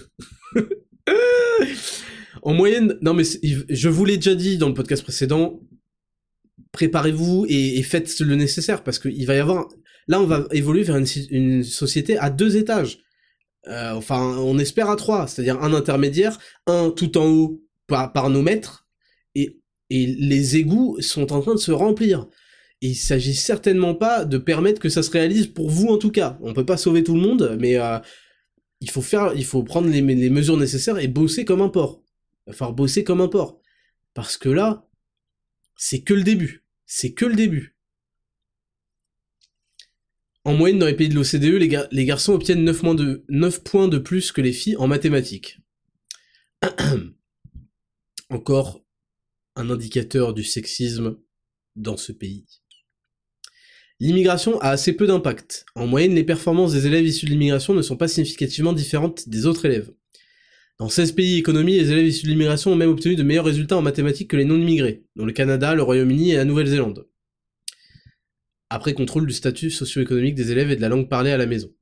En moyenne, non mais je vous l'ai déjà dit dans le podcast précédent, préparez-vous et faites le nécessaire, parce qu'il va y avoir... Là on va évoluer vers une société à 2 étages. Enfin, on espère à 3, c'est-à-dire un intermédiaire, un tout en haut par nos maîtres, et les égouts sont en train de se remplir. Et il s'agit certainement pas de permettre que ça se réalise pour vous en tout cas. On peut pas sauver tout le monde, mais il faut prendre les mesures nécessaires et bosser comme un porc. Il va falloir bosser comme un porc. Parce que là, c'est que le début. C'est que le début. En moyenne, dans les pays de l'OCDE, les garçons obtiennent 9 points de plus que les filles en mathématiques. Encore un indicateur du sexisme dans ce pays. L'immigration a assez peu d'impact. En moyenne, les performances des élèves issus de l'immigration ne sont pas significativement différentes des autres élèves. Dans 16 pays économies, les élèves issus de l'immigration ont même obtenu de meilleurs résultats en mathématiques que les non-immigrés, dont le Canada, le Royaume-Uni et la Nouvelle-Zélande. Après contrôle du statut socio-économique des élèves et de la langue parlée à la maison.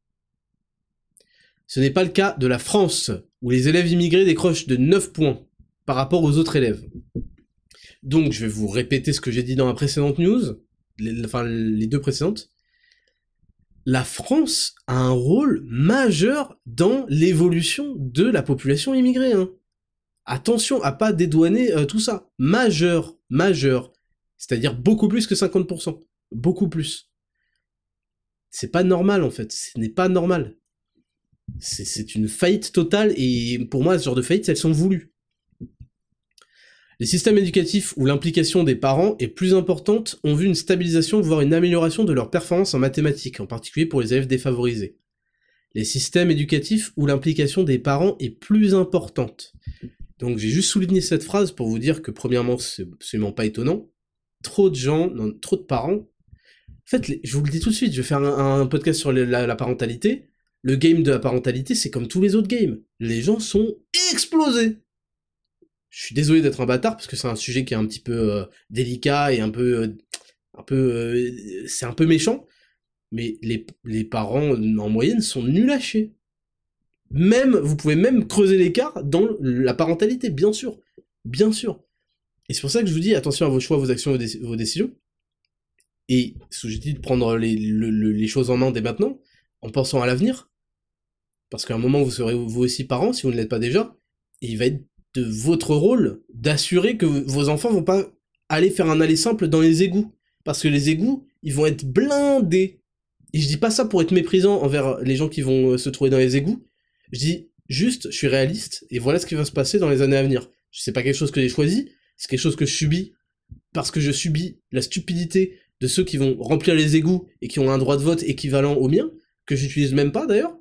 Ce n'est pas le cas de la France, où les élèves immigrés décrochent de 9 points par rapport aux autres élèves. Donc, je vais vous répéter ce que j'ai dit dans la précédente news, les 2 précédentes. La France a un rôle majeur dans l'évolution de la population immigrée. Hein. Attention à pas dédouaner tout ça. Majeur. C'est-à-dire beaucoup plus que 50%. Beaucoup plus. C'est pas normal, en fait. Ce n'est pas normal. C'est une faillite totale, et pour moi, ce genre de faillites, elles sont voulues. Les systèmes éducatifs où l'implication des parents est plus importante ont vu une stabilisation, voire une amélioration de leur performance en mathématiques, en particulier pour les élèves défavorisés. Les systèmes éducatifs où l'implication des parents est plus importante. Donc j'ai juste souligné cette phrase pour vous dire que premièrement, c'est absolument pas étonnant. Trop de gens, non, trop de parents. En fait, je vous le dis tout de suite, je vais faire un podcast sur la parentalité. Le game de la parentalité, c'est comme tous les autres games. Les gens sont explosés. Je suis désolé d'être un bâtard, parce que c'est un sujet qui est un petit peu délicat et c'est un peu méchant, mais les parents, en moyenne, sont nuls à chier. Vous pouvez même creuser l'écart dans la parentalité, bien sûr. Bien sûr. Et c'est pour ça que je vous dis, attention à vos choix, vos actions, vos décisions. Et je vous dis de prendre les choses en main dès maintenant, en pensant à l'avenir. Parce qu'à un moment, vous serez vous aussi parent, si vous ne l'êtes pas déjà, et il va être de votre rôle d'assurer que vos enfants vont pas aller faire un aller simple dans les égouts. Parce que les égouts, ils vont être blindés. Et je dis pas ça pour être méprisant envers les gens qui vont se trouver dans les égouts. Je dis juste, je suis réaliste, et voilà ce qui va se passer dans les années à venir. C'est pas quelque chose que j'ai choisi, c'est quelque chose que je subis, parce que je subis la stupidité de ceux qui vont remplir les égouts et qui ont un droit de vote équivalent au mien, que j'utilise même pas d'ailleurs,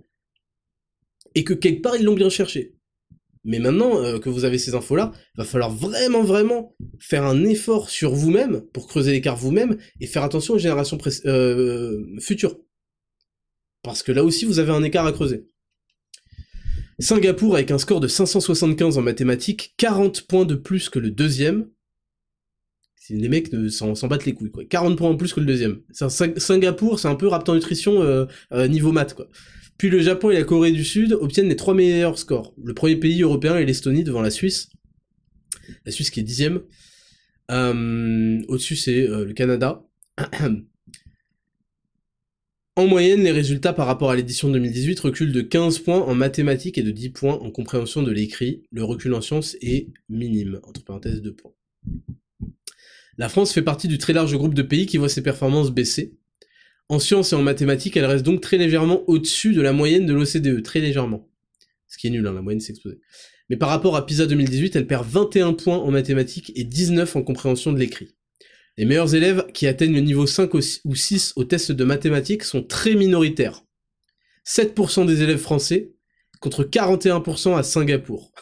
et que quelque part ils l'ont bien cherché. Mais maintenant que vous avez ces infos-là, va falloir vraiment faire un effort sur vous-même, pour creuser l'écart vous-même, et faire attention aux générations futures. Parce que là aussi, vous avez un écart à creuser. Singapour, avec un score de 575 en mathématiques, 40 points de plus que le deuxième. Les mecs s'en battent les couilles, quoi. 40 points en plus que le deuxième. Singapour, c'est un peu Raptor Nutrition niveau maths, quoi. Puis le Japon et la Corée du Sud obtiennent les 3 meilleurs scores. Le premier pays européen est l'Estonie devant la Suisse. La Suisse qui est 10ème. Au-dessus, c'est le Canada. En moyenne, les résultats par rapport à l'édition 2018 reculent de 15 points en mathématiques et de 10 points en compréhension de l'écrit. Le recul en sciences est minime, entre parenthèses 2 points. La France fait partie du très large groupe de pays qui voit ses performances baisser. En sciences et en mathématiques, elle reste donc très légèrement au-dessus de la moyenne de l'OCDE, très légèrement. Ce qui est nul, hein, la moyenne s'est explosée. Mais par rapport à PISA 2018, elle perd 21 points en mathématiques et 19 en compréhension de l'écrit. Les meilleurs élèves qui atteignent le niveau 5 ou 6 au test de mathématiques sont très minoritaires. 7% des élèves français, contre 41% à Singapour.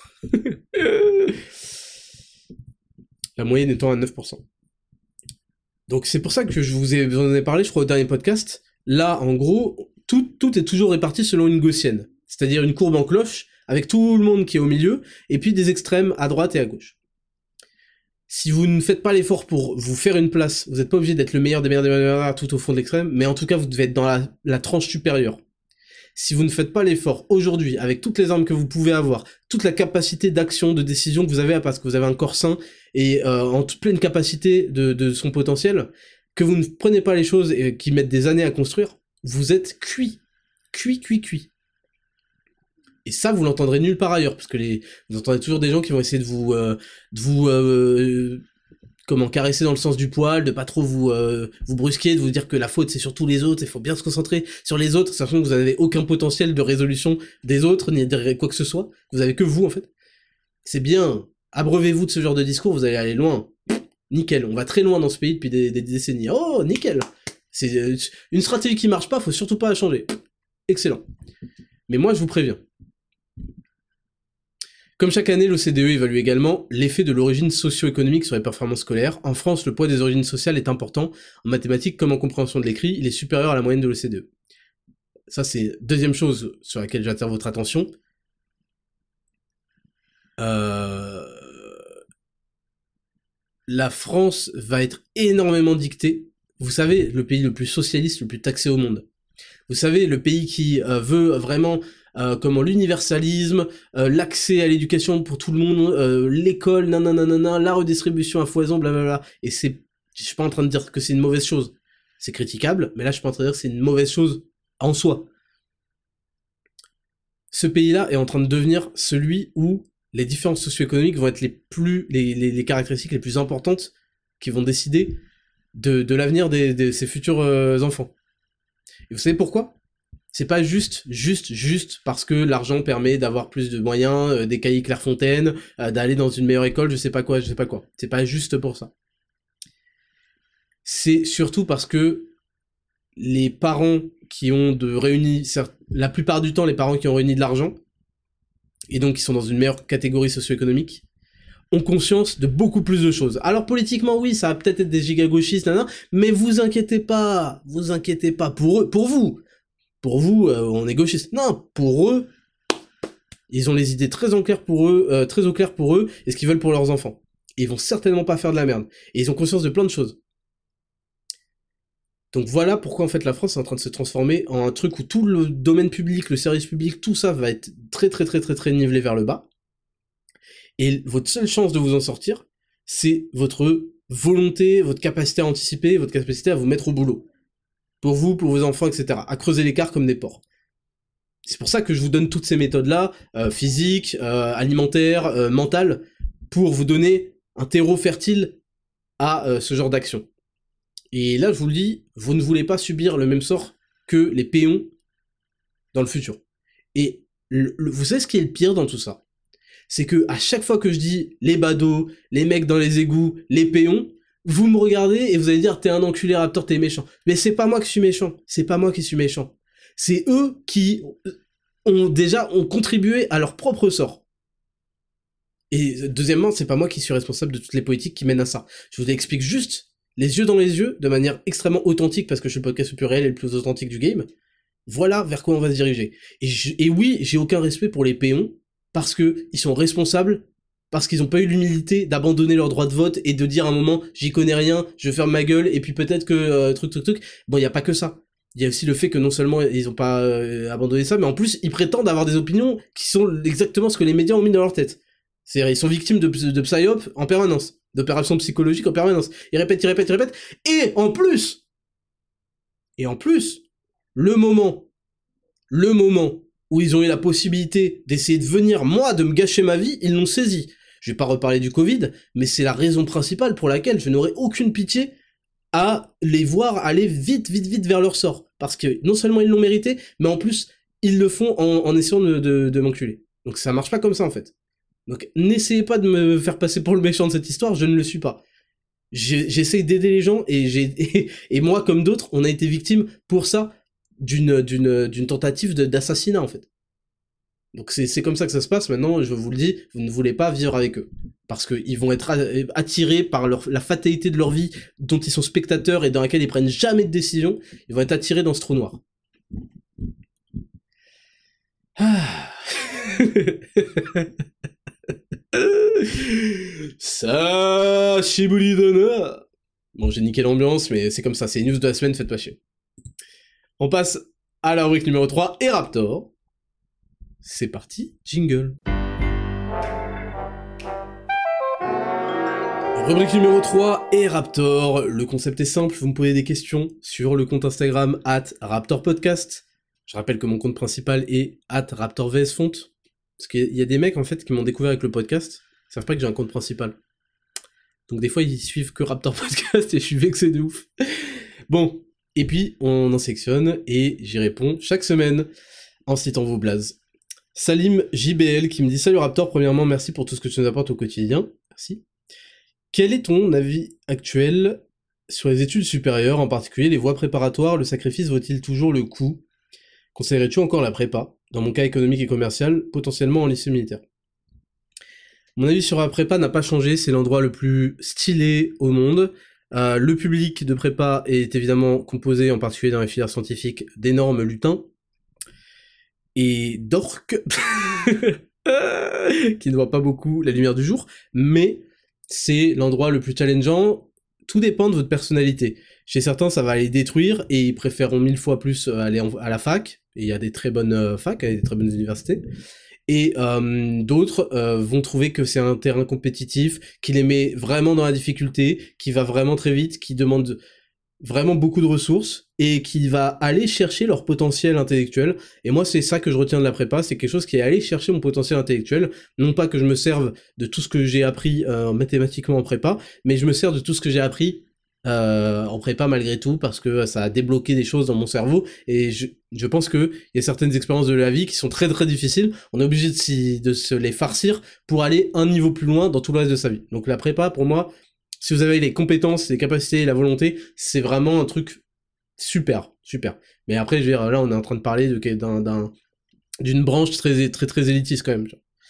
La moyenne étant à 9%. Donc c'est pour ça que je vous en ai parlé, je crois, au dernier podcast. Là, en gros, tout est toujours réparti selon une gaussienne. C'est-à-dire une courbe en cloche, avec tout le monde qui est au milieu, et puis des extrêmes à droite et à gauche. Si vous ne faites pas l'effort pour vous faire une place, vous n'êtes pas obligé d'être le meilleur des meilleurs tout au fond de l'extrême, mais en tout cas, vous devez être dans la tranche supérieure. Si vous ne faites pas l'effort aujourd'hui, avec toutes les armes que vous pouvez avoir, toute la capacité d'action, de décision que vous avez, parce que vous avez un corps sain, et en toute pleine capacité de son potentiel, que vous ne prenez pas les choses et qui mettent des années à construire, vous êtes cuit. Cuit. Et ça, vous l'entendrez nulle part ailleurs, parce que vous entendez toujours des gens qui vont essayer de vous caresser dans le sens du poil, de pas trop vous brusquer, de vous dire que la faute c'est sur tous les autres, il faut bien se concentrer sur les autres, sachant que vous n'avez aucun potentiel de résolution des autres, ni de quoi que ce soit, vous avez que vous en fait. C'est bien, abreuvez-vous de ce genre de discours, vous allez aller loin. Nickel, on va très loin dans ce pays depuis des décennies. Oh, nickel. C'est une stratégie qui marche pas, faut surtout pas la changer. Excellent. Mais moi je vous préviens. Comme chaque année, l'OCDE évalue également l'effet de l'origine socio-économique sur les performances scolaires. En France, le poids des origines sociales est important. En mathématiques comme en compréhension de l'écrit, il est supérieur à la moyenne de l'OCDE. Ça, c'est deuxième chose sur laquelle j'attire votre attention. La France va être énormément dictée. Vous savez, le pays le plus socialiste, le plus taxé au monde. Vous savez, le pays qui veut vraiment... l'universalisme, l'accès à l'éducation pour tout le monde, l'école, nanana, la redistribution à foison, blablabla. Et je suis pas en train de dire que c'est une mauvaise chose. C'est critiquable, mais là je suis pas en train de dire que c'est une mauvaise chose en soi. Ce pays-là est en train de devenir celui où les différences socio-économiques vont être les caractéristiques les plus importantes qui vont décider de l'avenir de ces futurs enfants. Et vous savez pourquoi ? C'est pas juste parce que l'argent permet d'avoir plus de moyens, des cahiers Clairefontaine, d'aller dans une meilleure école, je sais pas quoi. C'est pas juste pour ça. C'est surtout parce que les parents qui ont la plupart du temps, les parents qui ont réuni de l'argent, et donc qui sont dans une meilleure catégorie socio-économique, ont conscience de beaucoup plus de choses. Alors politiquement, oui, ça va peut-être être des giga-gauchistes, mais vous inquiétez pas pour eux, pour vous, on est gauchiste. Non, pour eux, ils ont les idées très au clair pour eux, et ce qu'ils veulent pour leurs enfants. Et ils vont certainement pas faire de la merde. Et ils ont conscience de plein de choses. Donc voilà pourquoi en fait la France est en train de se transformer en un truc où tout le domaine public, le service public, tout ça va être très nivelé vers le bas. Et votre seule chance de vous en sortir, c'est votre volonté, votre capacité à anticiper, votre capacité à vous mettre au boulot. Pour vous, pour vos enfants, etc. À creuser l'écart comme des porcs. C'est pour ça que je vous donne toutes ces méthodes-là, physiques, alimentaires, mentales, pour vous donner un terreau fertile à ce genre d'action. Et là, je vous le dis, vous ne voulez pas subir le même sort que les péons dans le futur. Et vous savez ce qui est le pire dans tout ça ? C'est que à chaque fois que je dis les badauds, les mecs dans les égouts, les péons, vous me regardez et vous allez dire t'es un enculé Raptor, t'es méchant. Mais c'est pas moi qui suis méchant, c'est eux qui ont contribué à leur propre sort. Et deuxièmement, c'est pas moi qui suis responsable de toutes les politiques qui mènent à ça. Je vous explique juste, les yeux dans les yeux, de manière extrêmement authentique, parce que je suis le podcast le plus réel et le plus authentique du game, voilà vers quoi on va se diriger. Et oui, j'ai aucun respect pour les péons, parce que ils sont responsables, parce qu'ils ont pas eu l'humilité d'abandonner leur droit de vote et de dire à un moment j'y connais rien, je ferme ma gueule et puis peut-être que truc. Bon, il y a pas que ça. Il y a aussi le fait que non seulement ils ont pas abandonné ça, mais en plus ils prétendent avoir des opinions qui sont exactement ce que les médias ont mis dans leur tête. C'est-à-dire ils sont victimes de psyop en permanence, d'opérations psychologiques en permanence. Ils répètent et en plus le moment où ils ont eu la possibilité d'essayer de venir, moi, de me gâcher ma vie, ils l'ont saisi. Je vais pas reparler du Covid, mais c'est la raison principale pour laquelle je n'aurai aucune pitié à les voir aller vite vers leur sort. Parce que non seulement ils l'ont mérité, mais en plus, ils le font en essayant de m'enculer. Donc ça marche pas comme ça, en fait. Donc n'essayez pas de me faire passer pour le méchant de cette histoire, je ne le suis pas. J'essaye d'aider les gens, et moi, comme d'autres, on a été victime pour ça d'une tentative d'assassinat, en fait. Donc c'est comme ça que ça se passe. Maintenant, je vous le dis, vous ne voulez pas vivre avec eux. Parce qu'ils vont être attirés par la fatalité de leur vie, dont ils sont spectateurs et dans laquelle ils prennent jamais de décision. Ils vont être attirés dans ce trou noir. Ah. Ça, Shiburidana. Bon, j'ai niqué l'ambiance, mais c'est comme ça, c'est les news de la semaine, faites pas chier. On passe à la rubrique numéro 3, et Raptor. C'est parti, jingle. Rubrique numéro 3, et Raptor. Le concept est simple, vous me posez des questions sur le compte Instagram @RaptorPodcast. Je rappelle que mon compte principal est @RaptorVSFont. Parce qu'il y a des mecs, en fait, qui m'ont découvert avec le podcast, ils savent pas que j'ai un compte principal. Donc des fois, ils suivent que Raptor Podcast et je suis vexé de ouf. Bon, et puis, on en sectionne et j'y réponds chaque semaine en citant vos blazes. Salim JBL qui me dit « Salut Raptor, premièrement, merci pour tout ce que tu nous apportes au quotidien. » Merci. Quel est ton avis actuel sur les études supérieures, en particulier les voies préparatoires? Le sacrifice vaut-il toujours le coup? Conseillerais-tu encore la prépa? Dans mon cas économique et commercial, potentiellement en lycée militaire. Mon avis sur la prépa n'a pas changé, c'est l'endroit le plus stylé au monde. Le public de prépa est évidemment composé, en particulier dans les filières scientifiques, d'énormes lutins et d'orques qui ne voient pas beaucoup la lumière du jour, mais c'est l'endroit le plus challengeant. Tout dépend de votre personnalité. Chez certains, ça va les détruire et ils préféreront 1000 fois plus aller à la fac. Et il y a des très bonnes facs, des très bonnes universités. Et d'autres vont trouver que c'est un terrain compétitif, qui les met vraiment dans la difficulté, qui va vraiment très vite, qui demande vraiment beaucoup de ressources et qui va aller chercher leur potentiel intellectuel. Et moi, c'est ça que je retiens de la prépa, c'est quelque chose qui est aller chercher mon potentiel intellectuel. Non pas que je me serve de tout ce que j'ai appris mathématiquement en prépa, mais je me sers de tout ce que j'ai appris en prépa malgré tout, parce que ça a débloqué des choses dans mon cerveau. Et je pense que il y a certaines expériences de la vie qui sont très très difficiles. On est obligé de se les farcir pour aller un niveau plus loin dans tout le reste de sa vie. Donc la prépa, pour moi, si vous avez les compétences, les capacités, la volonté, c'est vraiment un truc super. Mais après, je veux dire, là, on est en train de parler d'une branche très élitiste quand même.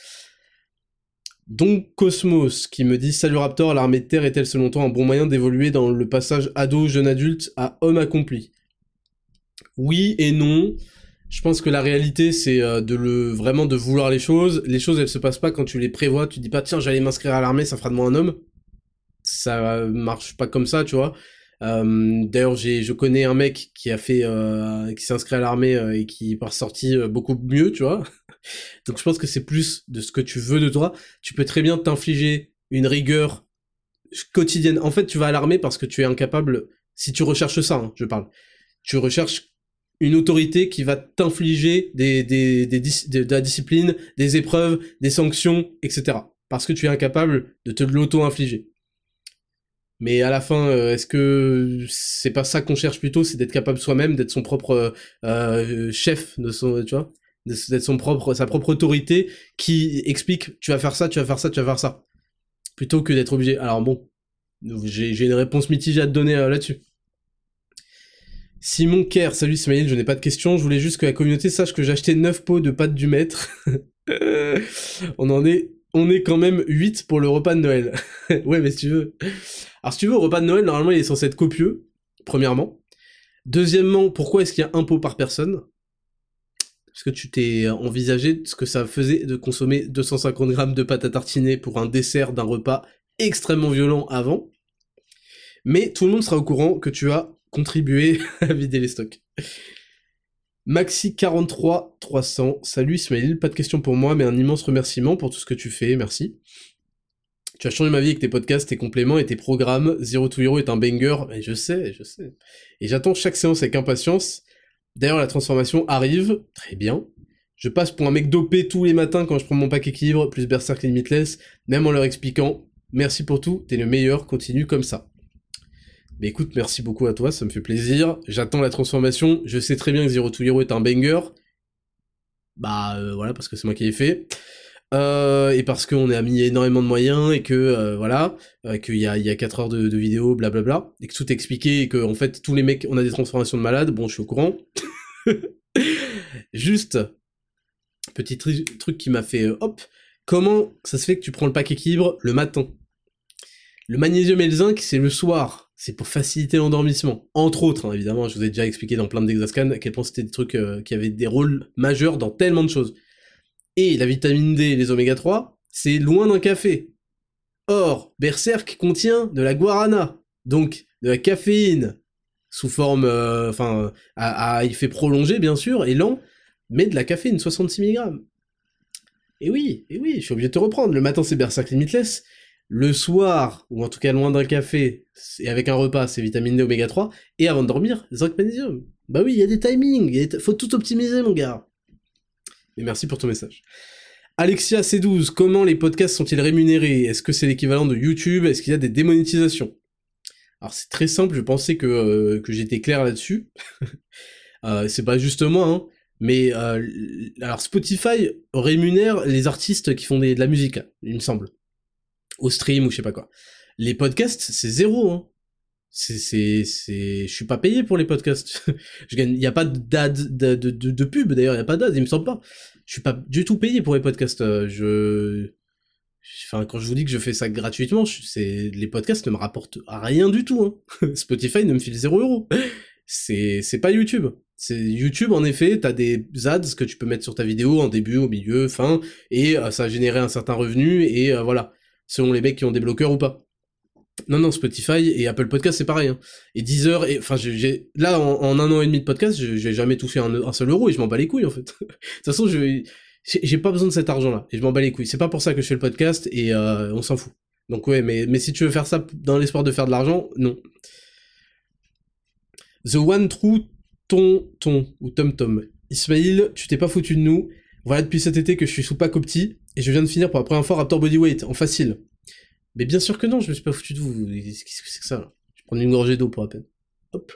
Donc Cosmos qui me dit « Salut Raptor, l'armée de terre est-elle selon toi un bon moyen d'évoluer dans le passage ado, jeune adulte à homme accompli ?» Oui et non. Je pense que la réalité, c'est vraiment de vouloir les choses. Les choses, elles se passent pas quand tu les prévois. Tu dis pas « Tiens, j'allais m'inscrire à l'armée, ça fera de moi un homme. » Ça marche pas comme ça, tu vois. D'ailleurs, je connais un mec qui s'est inscrit à l'armée et qui est ressorti beaucoup mieux, tu vois. Donc je pense que c'est plus de ce que tu veux de toi. Tu peux très bien t'infliger une rigueur quotidienne. En fait, tu vas à l'armée parce que tu es incapable, si tu recherches ça, hein, je parle. Tu recherches une autorité qui va t'infliger de la discipline, des épreuves, des sanctions, etc. Parce que tu es incapable de te l'auto-infliger. Mais à la fin, est-ce que c'est pas ça qu'on cherche plutôt, c'est d'être capable soi-même, d'être son propre chef de son, tu vois, d'être sa propre autorité qui explique tu vas faire ça, tu vas faire ça, tu vas faire ça, plutôt que d'être obligé. Alors bon, j'ai une réponse mitigée à te donner là-dessus. Simon Kerr, salut Smaïl, je n'ai pas de questions, je voulais juste que la communauté sache que j'ai acheté 9 pots de pâtes du maître. On est quand même 8 pour le repas de Noël. Ouais, mais si tu veux. Alors si tu veux, au repas de Noël, normalement, il est censé être copieux, premièrement. Deuxièmement, pourquoi est-ce qu'il y a un pot par personne ? Est-ce que tu t'es envisagé ce que ça faisait de consommer 250 grammes de pâte à tartiner pour un dessert d'un repas extrêmement violent avant ? Mais tout le monde sera au courant que tu as contribué à vider les stocks. Maxi43 300, salut Ismaël, pas de question pour moi, mais un immense remerciement pour tout ce que tu fais, merci. Tu as changé ma vie avec tes podcasts, tes compléments et tes programmes. Zero to Hero est un banger, et je sais. Et j'attends chaque séance avec impatience. D'ailleurs, la transformation arrive, très bien. Je passe pour un mec dopé tous les matins quand je prends mon pack équilibre, plus Berserk Limitless, même en leur expliquant « Merci pour tout, t'es le meilleur, continue comme ça ». Mais écoute, merci beaucoup à toi, ça me fait plaisir. J'attends la transformation, je sais très bien que Zero to Hero est un banger. Voilà, parce que c'est moi qui l'ai fait. Et parce qu'on a mis énormément de moyens, et que, qu'il y a 4 heures de vidéo, blablabla, et que tout est expliqué, et que, en fait, tous les mecs, on a des transformations de malades, bon, je suis au courant. Juste, petit truc qui m'a fait, hop, comment ça se fait que tu prends le pack équilibre le matin ? Le magnésium et le zinc, c'est le soir. C'est pour faciliter l'endormissement. Entre autres, hein, évidemment, je vous ai déjà expliqué dans plein d'Exascan à quel point c'était des trucs qui avaient des rôles majeurs dans tellement de choses. Et la vitamine D et les oméga 3, c'est loin d'un café. Or, Berserk contient de la guarana, donc de la caféine, sous forme, à effet prolongé bien sûr, et lent, mais de la caféine, 66 mg. Et oui, je suis obligé de te reprendre. Le matin, c'est Berserk Limitless. Le soir, ou en tout cas loin d'un café, et avec un repas, c'est vitamine D, oméga 3, et avant de dormir, zinc, magnésium. Bah oui, il y a des timings, faut tout optimiser, mon gars. Mais merci pour ton message. Alexia C12, comment les podcasts sont-ils rémunérés ? Est-ce que c'est l'équivalent de YouTube ? Est-ce qu'il y a des démonétisations ? Alors c'est très simple, je pensais que j'étais clair là-dessus. C'est pas juste moi, hein. Mais alors Spotify rémunère les artistes qui font de la musique, il me semble. Au stream ou je sais pas quoi. Les podcasts, c'est zéro, hein. Je suis pas payé pour les podcasts. Il y a pas d'ad, de pub d'ailleurs, il y a pas d'ad, il me semble pas. Je suis pas du tout payé pour les podcasts. Quand je vous dis que je fais ça gratuitement, les podcasts ne me rapportent rien du tout, hein. Spotify ne me file 0€. C'est pas YouTube. C'est YouTube, en effet, t'as des ads que tu peux mettre sur ta vidéo en début, au milieu, fin, et ça va générer un certain revenu, et voilà. Selon les mecs qui ont des bloqueurs ou pas. Non, Spotify et Apple Podcast, c'est pareil, hein. Et Deezer, là, en 1 an et demi de podcast, j'ai jamais touché un seul euro, et je m'en bats les couilles, en fait. De toute façon, j'ai pas besoin de cet argent-là, et je m'en bats les couilles. C'est pas pour ça que je fais le podcast, et on s'en fout. Donc ouais, mais si tu veux faire ça dans l'espoir de faire de l'argent, non. The One True ou Tom Tom. Ismail, tu t'es pas foutu de nous. Voilà depuis cet été que je suis sous pack opti, et je viens de finir pour la première fois Raptor Bodyweight, en facile. Mais bien sûr que non, je me suis pas foutu de vous. Qu'est-ce que c'est que ça, là? Je vais prendre une gorgée d'eau pour la peine. Hop.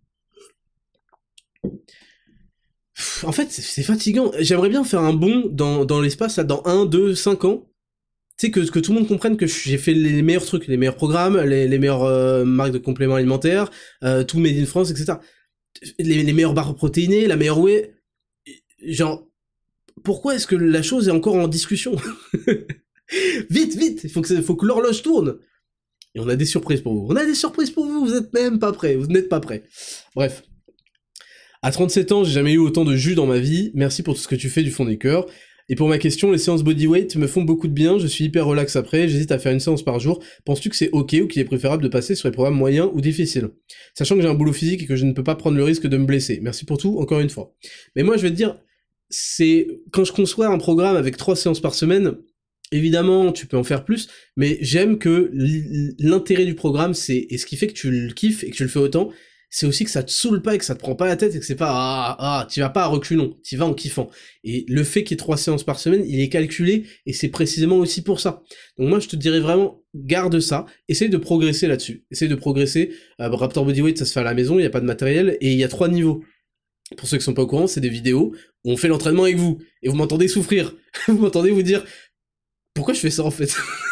En fait, c'est fatigant. J'aimerais bien faire un bond dans l'espace, là, dans 1, 2, 5 ans. Tu sais, que tout le monde comprenne que j'ai fait les meilleurs trucs, les meilleurs programmes, les meilleures marques de compléments alimentaires, tout made in France, etc. Les meilleures barres protéinées, la meilleure whey. Genre, pourquoi est-ce que la chose est encore en discussion? Vite, il faut que l'horloge tourne. Et on a des surprises pour vous. Vous êtes même pas prêts, vous n'êtes pas prêts. Bref. À 37 ans, j'ai jamais eu autant de jus dans ma vie. Merci pour tout ce que tu fais du fond des cœurs. Et pour ma question, les séances bodyweight me font beaucoup de bien, je suis hyper relax après, j'hésite à faire une séance par jour. Penses-tu que c'est ok ou qu'il est préférable de passer sur les programmes moyens ou difficiles? Sachant que j'ai un boulot physique et que je ne peux pas prendre le risque de me blesser. Merci pour tout, encore une fois. Mais moi, je vais te dire, c'est quand je conçois un programme avec 3 séances par semaine, évidemment, tu peux en faire plus, mais j'aime que l'intérêt du programme, et ce qui fait que tu le kiffes et que tu le fais autant, c'est aussi que ça te saoule pas et que ça te prend pas la tête et que c'est pas tu vas pas à reculons, tu vas en kiffant. Et le fait qu'il y ait 3 séances par semaine, il est calculé et c'est précisément aussi pour ça. Donc moi je te dirais vraiment, garde ça, essaye de progresser là-dessus. Essaye de progresser. Raptor Bodyweight, ça se fait à la maison, il y a pas de matériel et il y a 3 niveaux. Pour ceux qui sont pas au courant, c'est des vidéos où on fait l'entraînement avec vous et vous m'entendez souffrir. Vous m'entendez vous dire pourquoi je fais ça en fait.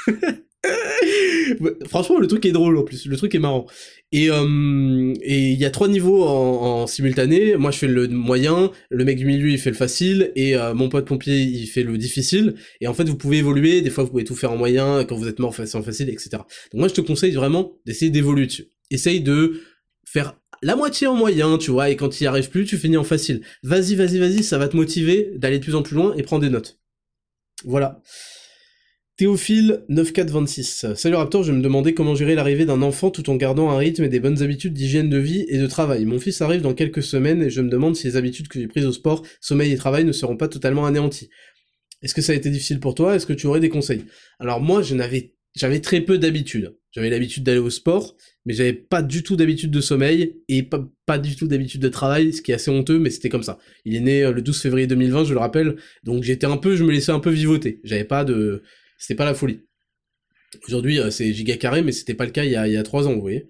Franchement, le truc est drôle en plus, le truc est marrant. Et il y a 3 niveaux en simultané. Moi, je fais le moyen, le mec du milieu, il fait le facile, et mon pote pompier, il fait le difficile. Et en fait, vous pouvez évoluer. Des fois, vous pouvez tout faire en moyen, quand vous êtes mort, c'est en facile, etc. Donc moi, je te conseille vraiment d'essayer d'évoluer dessus. Essaye de faire la moitié en moyen, tu vois, et quand il y arrive plus, tu finis en facile. Vas-y, ça va te motiver d'aller de plus en plus loin et prends des notes. Voilà. Théophile 9426. Salut Raptor, je me demandais comment gérer l'arrivée d'un enfant tout en gardant un rythme et des bonnes habitudes d'hygiène de vie et de travail. Mon fils arrive dans quelques semaines et je me demande si les habitudes que j'ai prises au sport, sommeil et travail ne seront pas totalement anéanties. Est-ce que ça a été difficile pour toi? Est-ce que tu aurais des conseils? Alors moi, j'avais très peu d'habitudes. J'avais l'habitude d'aller au sport, mais j'avais pas du tout d'habitude de sommeil et pas du tout d'habitude de travail, ce qui est assez honteux, mais c'était comme ça. Il est né le 12 février 2020, je le rappelle, donc je me laissais un peu vivoter. C'était pas la folie. Aujourd'hui, c'est giga carré, mais c'était pas le cas il y a 3 ans, vous voyez.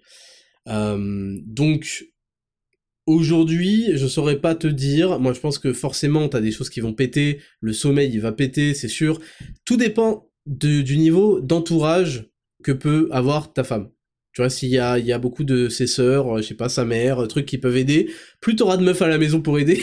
Donc, aujourd'hui, je saurais pas te dire. Moi, je pense que forcément, t'as des choses qui vont péter. Le sommeil, il va péter, c'est sûr. Tout dépend du niveau d'entourage que peut avoir ta femme. Tu vois, s'il y a beaucoup de ses sœurs, je sais pas, sa mère, trucs qui peuvent aider, plus t'auras de meufs à la maison pour aider,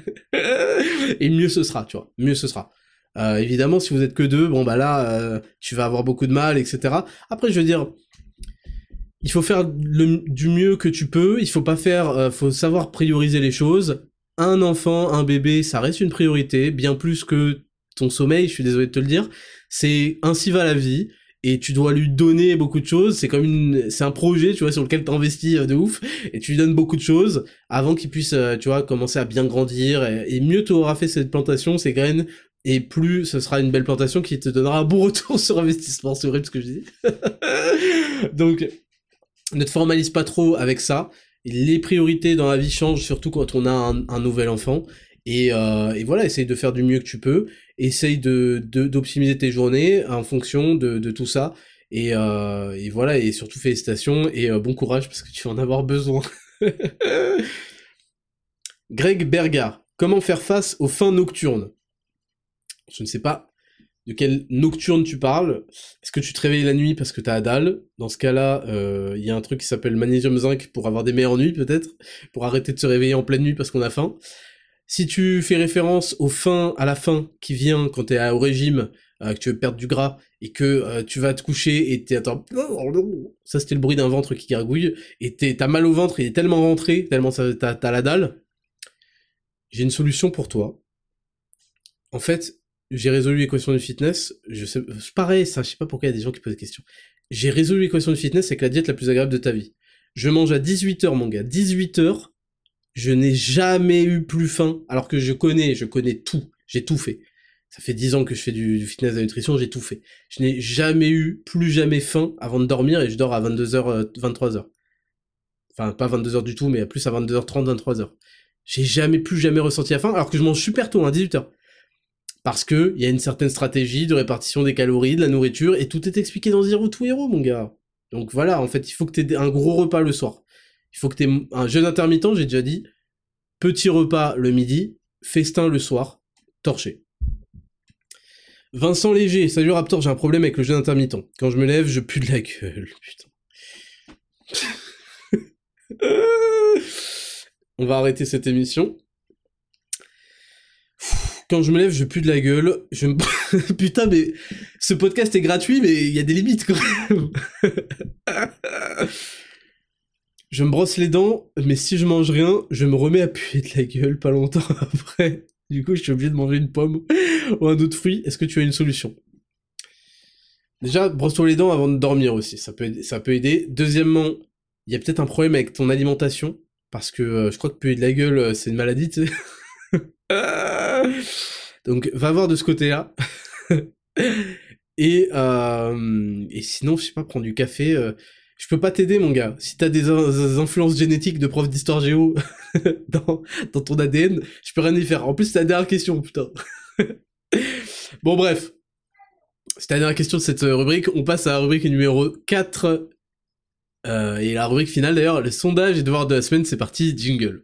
et mieux ce sera, tu vois. Mieux ce sera. Évidemment, si vous êtes que 2, bon bah là, tu vas avoir beaucoup de mal, etc. Après, je veux dire, il faut faire du mieux que tu peux, il faut pas faire, faut savoir prioriser les choses. Un enfant, un bébé, ça reste une priorité, bien plus que ton sommeil, je suis désolé de te le dire. C'est ainsi va la vie, et tu dois lui donner beaucoup de choses, c'est un projet, tu vois, sur lequel t'investis de ouf, et tu lui donnes beaucoup de choses, avant qu'il puisse, tu vois, commencer à bien grandir, et mieux tu auras fait cette plantation, ces graines, et plus ce sera une belle plantation qui te donnera un bon retour sur investissement. C'est horrible ce que je dis. Donc, ne te formalise pas trop avec ça. Les priorités dans la vie changent, surtout quand on a un nouvel enfant. Et voilà, essaye de faire du mieux que tu peux. Essaye d'optimiser tes journées en fonction de tout ça. Et voilà, et surtout félicitations et bon courage parce que tu vas en avoir besoin. Greg Bergard, comment faire face aux fins nocturnes? Je ne sais pas de quelle nocturne tu parles. Est-ce que tu te réveilles la nuit parce que t'as la dalle? Dans ce cas-là, il y a un truc qui s'appelle magnésium zinc pour avoir des meilleures nuits peut-être, pour arrêter de se réveiller en pleine nuit parce qu'on a faim. Si tu fais référence à la faim qui vient quand t'es au régime, que tu veux perdre du gras et que tu vas te coucher et attends, ça c'était le bruit d'un ventre qui gargouille et t'as mal au ventre, il est tellement rentré, tellement t'as la dalle. J'ai une solution pour toi. En fait, j'ai résolu l'équation du fitness, c'est pareil, ça, je sais pas pourquoi il y a des gens qui posent des questions. J'ai résolu l'équation du fitness avec la diète la plus agréable de ta vie. Je mange à 18h, mon gars, 18h, je n'ai jamais eu plus faim, alors que je connais tout, j'ai tout fait. Ça fait 10 ans que je fais du fitness de la nutrition, j'ai tout fait. Je n'ai jamais eu, plus jamais faim avant de dormir, et je dors à 22h, 23h. Enfin, pas 22h du tout, mais plus à 22h30, 23h. J'ai plus jamais ressenti la faim, alors que je mange super tôt, 18h. Parce que il y a une certaine stratégie de répartition des calories, de la nourriture, et tout est expliqué dans Zero to Hero, mon gars. Donc voilà, en fait, il faut que t'aies un gros repas le soir. Il faut que t'aies un jeûne intermittent, j'ai déjà dit. Petit repas le midi, festin le soir, torché. Vincent Léger, salut Raptor, j'ai un problème avec le jeûne intermittent. Quand je me lève, je pue de la gueule, putain. On va arrêter cette émission. Quand je me lève, je pue de la gueule. Putain, mais ce podcast est gratuit, mais il y a des limites quand même. Je me brosse les dents, mais si je mange rien, je me remets à puer de la gueule pas longtemps après. Du coup, je suis obligé de manger une pomme ou un autre fruit. Est-ce que tu as une solution? Déjà, brosse-toi les dents avant de dormir aussi. Ça peut aider. Deuxièmement, il y a peut-être un problème avec ton alimentation. Parce que je crois que puer de la gueule, c'est une maladie, tu sais. Donc, va voir de ce côté-là. Et sinon, je sais pas, prendre du café. Je peux pas t'aider, mon gars. Si t'as des influences génétiques de prof d'histoire géo dans ton ADN, je peux rien y faire. En plus, c'est la dernière question, putain. Bon, bref. C'était la dernière question de cette rubrique. On passe à la rubrique numéro 4. Et la rubrique finale, d'ailleurs, le sondage et devoir de la semaine, c'est parti, jingle.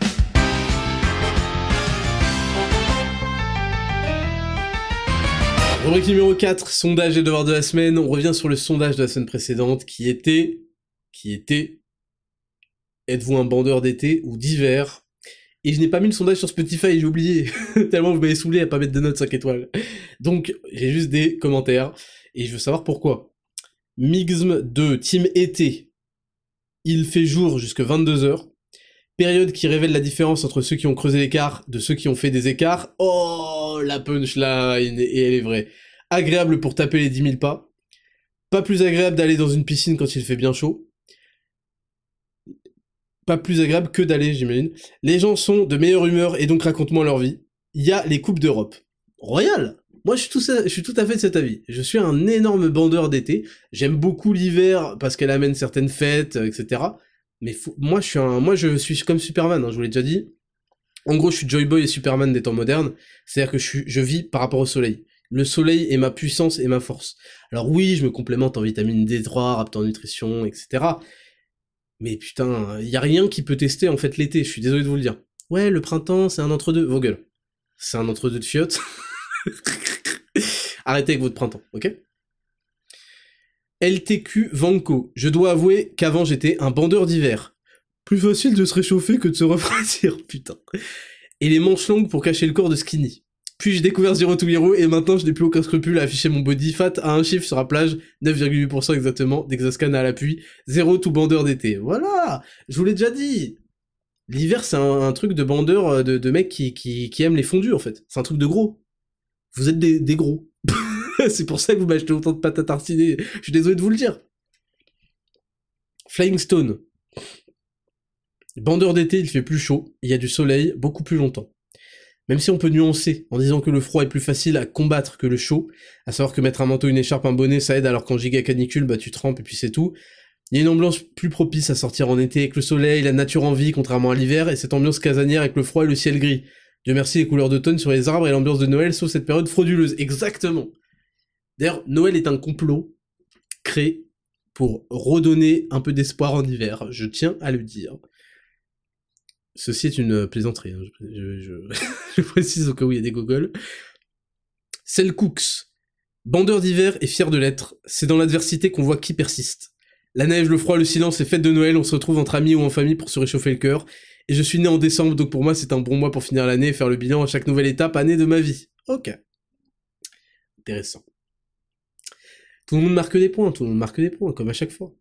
Rubrique numéro 4, sondage et devoir de la semaine. On revient sur le sondage de la semaine précédente qui était... Êtes-vous un bandeur d'été ou d'hiver? Et je n'ai pas mis le sondage sur Spotify, j'ai oublié. Tellement vous m'avez saoulé à pas mettre de notes 5 étoiles. Donc, j'ai juste des commentaires. Et je veux savoir pourquoi. Mixm 2, Team été. Il fait jour jusque 22h. Période qui révèle la différence entre ceux qui ont creusé l'écart de ceux qui ont fait des écarts. Oh, la punchline, et elle est vraie. Agréable pour taper les 10 000 pas. Pas plus agréable d'aller dans une piscine quand il fait bien chaud. Pas plus agréable que d'aller, j'imagine. Les gens sont de meilleure humeur et donc racontent-moi leur vie. Il y a les Coupes d'Europe. Royal! Moi, je suis tout à fait de cet avis. Je suis un énorme bandeur d'été. J'aime beaucoup l'hiver parce qu'elle amène certaines fêtes, etc. Mais moi, je suis comme Superman, hein, je vous l'ai déjà dit. En gros, je suis Joy Boy et Superman des temps modernes. C'est-à-dire que je vis par rapport au soleil. Le soleil est ma puissance et ma force. Alors oui, je me complémente en vitamine D3, Raptor Nutrition, etc. Mais putain, y a rien qui peut tester en fait l'été, je suis désolé de vous le dire. Ouais, le printemps, c'est un entre-deux. Vos gueules. C'est un entre-deux de fiottes. Arrêtez avec votre printemps, ok? LTQ Vanco. Je dois avouer qu'avant j'étais un bandeur d'hiver. Plus facile de se réchauffer que de se refroidir, putain. Et les manches longues pour cacher le corps de skinny. Puis j'ai découvert Zero to Hero et maintenant je n'ai plus aucun scrupule à afficher mon body fat à un chiffre sur la plage, 9,8% exactement, d'Exascan à l'appui, zéro tout bandeur d'été. Voilà! Je vous l'ai déjà dit! L'hiver c'est un truc de bandeur, de mecs qui aiment les fondus en fait. C'est un truc de gros. Vous êtes des gros. C'est pour ça que vous m'achetez autant de pâtes à tartiner. Je suis désolé de vous le dire. Flying Stone. Bandeur d'été, il fait plus chaud, il y a du soleil beaucoup plus longtemps. Même si on peut nuancer en disant que le froid est plus facile à combattre que le chaud, à savoir que mettre un manteau, une écharpe, un bonnet, ça aide alors qu'en giga canicule, bah tu trempes et puis c'est tout. Il y a une ambiance plus propice à sortir en été avec le soleil, la nature en vie, contrairement à l'hiver, et cette ambiance casanière avec le froid et le ciel gris. Dieu merci les couleurs d'automne sur les arbres et l'ambiance de Noël, sauf cette période frauduleuse. Exactement. D'ailleurs, Noël est un complot créé pour redonner un peu d'espoir en hiver, je tiens à le dire. Ceci est une plaisanterie, hein. Je précise au cas où il y a des gogoles. Cell Cooks. Bandeur d'hiver et fier de l'être, c'est dans l'adversité qu'on voit qui persiste. La neige, le froid, le silence, les fêtes de Noël, on se retrouve entre amis ou en famille pour se réchauffer le cœur. Et je suis né en décembre, donc pour moi c'est un bon mois pour finir l'année et faire le bilan à chaque nouvelle étape, année de ma vie. Ok. Intéressant. Tout le monde marque des points, comme à chaque fois.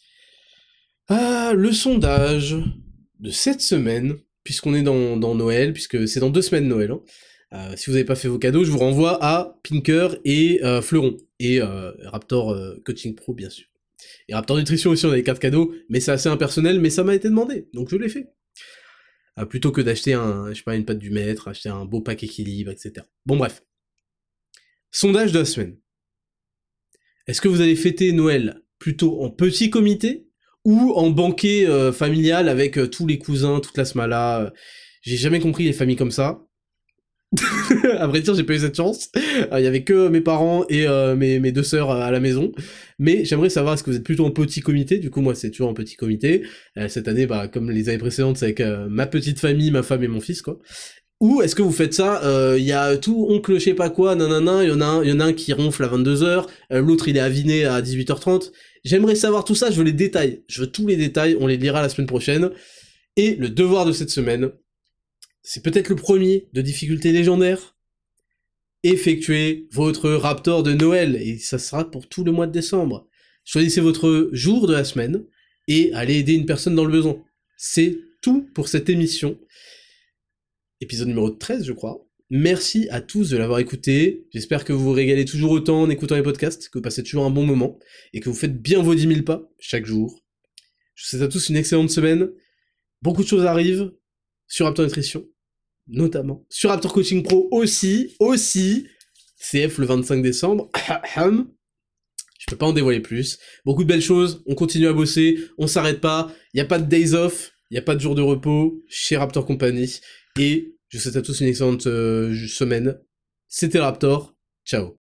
Ah, le sondage de cette semaine, puisqu'on est dans Noël, puisque c'est dans 2 semaines Noël, hein. Si vous n'avez pas fait vos cadeaux, je vous renvoie à Pinker et Fleuron, et Raptor Coaching Pro, bien sûr. Et Raptor Nutrition aussi, on a des cartes cadeaux, mais c'est assez impersonnel, mais ça m'a été demandé, donc je l'ai fait. Plutôt que d'acheter une pâte du maître, acheter un beau pack équilibre, etc. Bon bref. Sondage de la semaine. Est-ce que vous allez fêter Noël plutôt en petit comité, ou en banquet familial avec tous les cousins, toute la smala. J'ai jamais compris les familles comme ça. À vrai dire, j'ai pas eu cette chance. Il y avait que mes parents et mes deux sœurs à la maison. Mais j'aimerais savoir, est-ce que vous êtes plutôt en petit comité? Du coup, moi, c'est toujours en petit comité. Cette année, comme les années précédentes, c'est avec ma petite famille, ma femme et mon fils, quoi. Ou est-ce que vous faites ça, il y a tout oncle je sais pas quoi, nanana, il y en a un qui ronfle à 22h, l'autre il est aviné à 18h30. J'aimerais savoir tout ça, je veux les détails. Je veux tous les détails, on les lira la semaine prochaine. Et le devoir de cette semaine, c'est peut-être le premier de difficulté légendaire. Effectuez votre Raptor de Noël, et ça sera pour tout le mois de décembre. Choisissez votre jour de la semaine, et allez aider une personne dans le besoin. C'est tout pour cette émission. Épisode numéro 13, je crois. Merci à tous de l'avoir écouté. J'espère que vous vous régalez toujours autant en écoutant les podcasts, que vous passez toujours un bon moment, et que vous faites bien vos 10 000 pas chaque jour. Je vous souhaite à tous une excellente semaine. Beaucoup de choses arrivent sur Raptor Nutrition, notamment. Sur Raptor Coaching Pro aussi. CF le 25 décembre. Je peux pas en dévoiler plus. Beaucoup de belles choses. On continue à bosser. On s'arrête pas. Il y a pas de days off. Il y a pas de jour de repos chez Raptor Company. Et je vous souhaite à tous une excellente semaine. C'était Raptor. Ciao.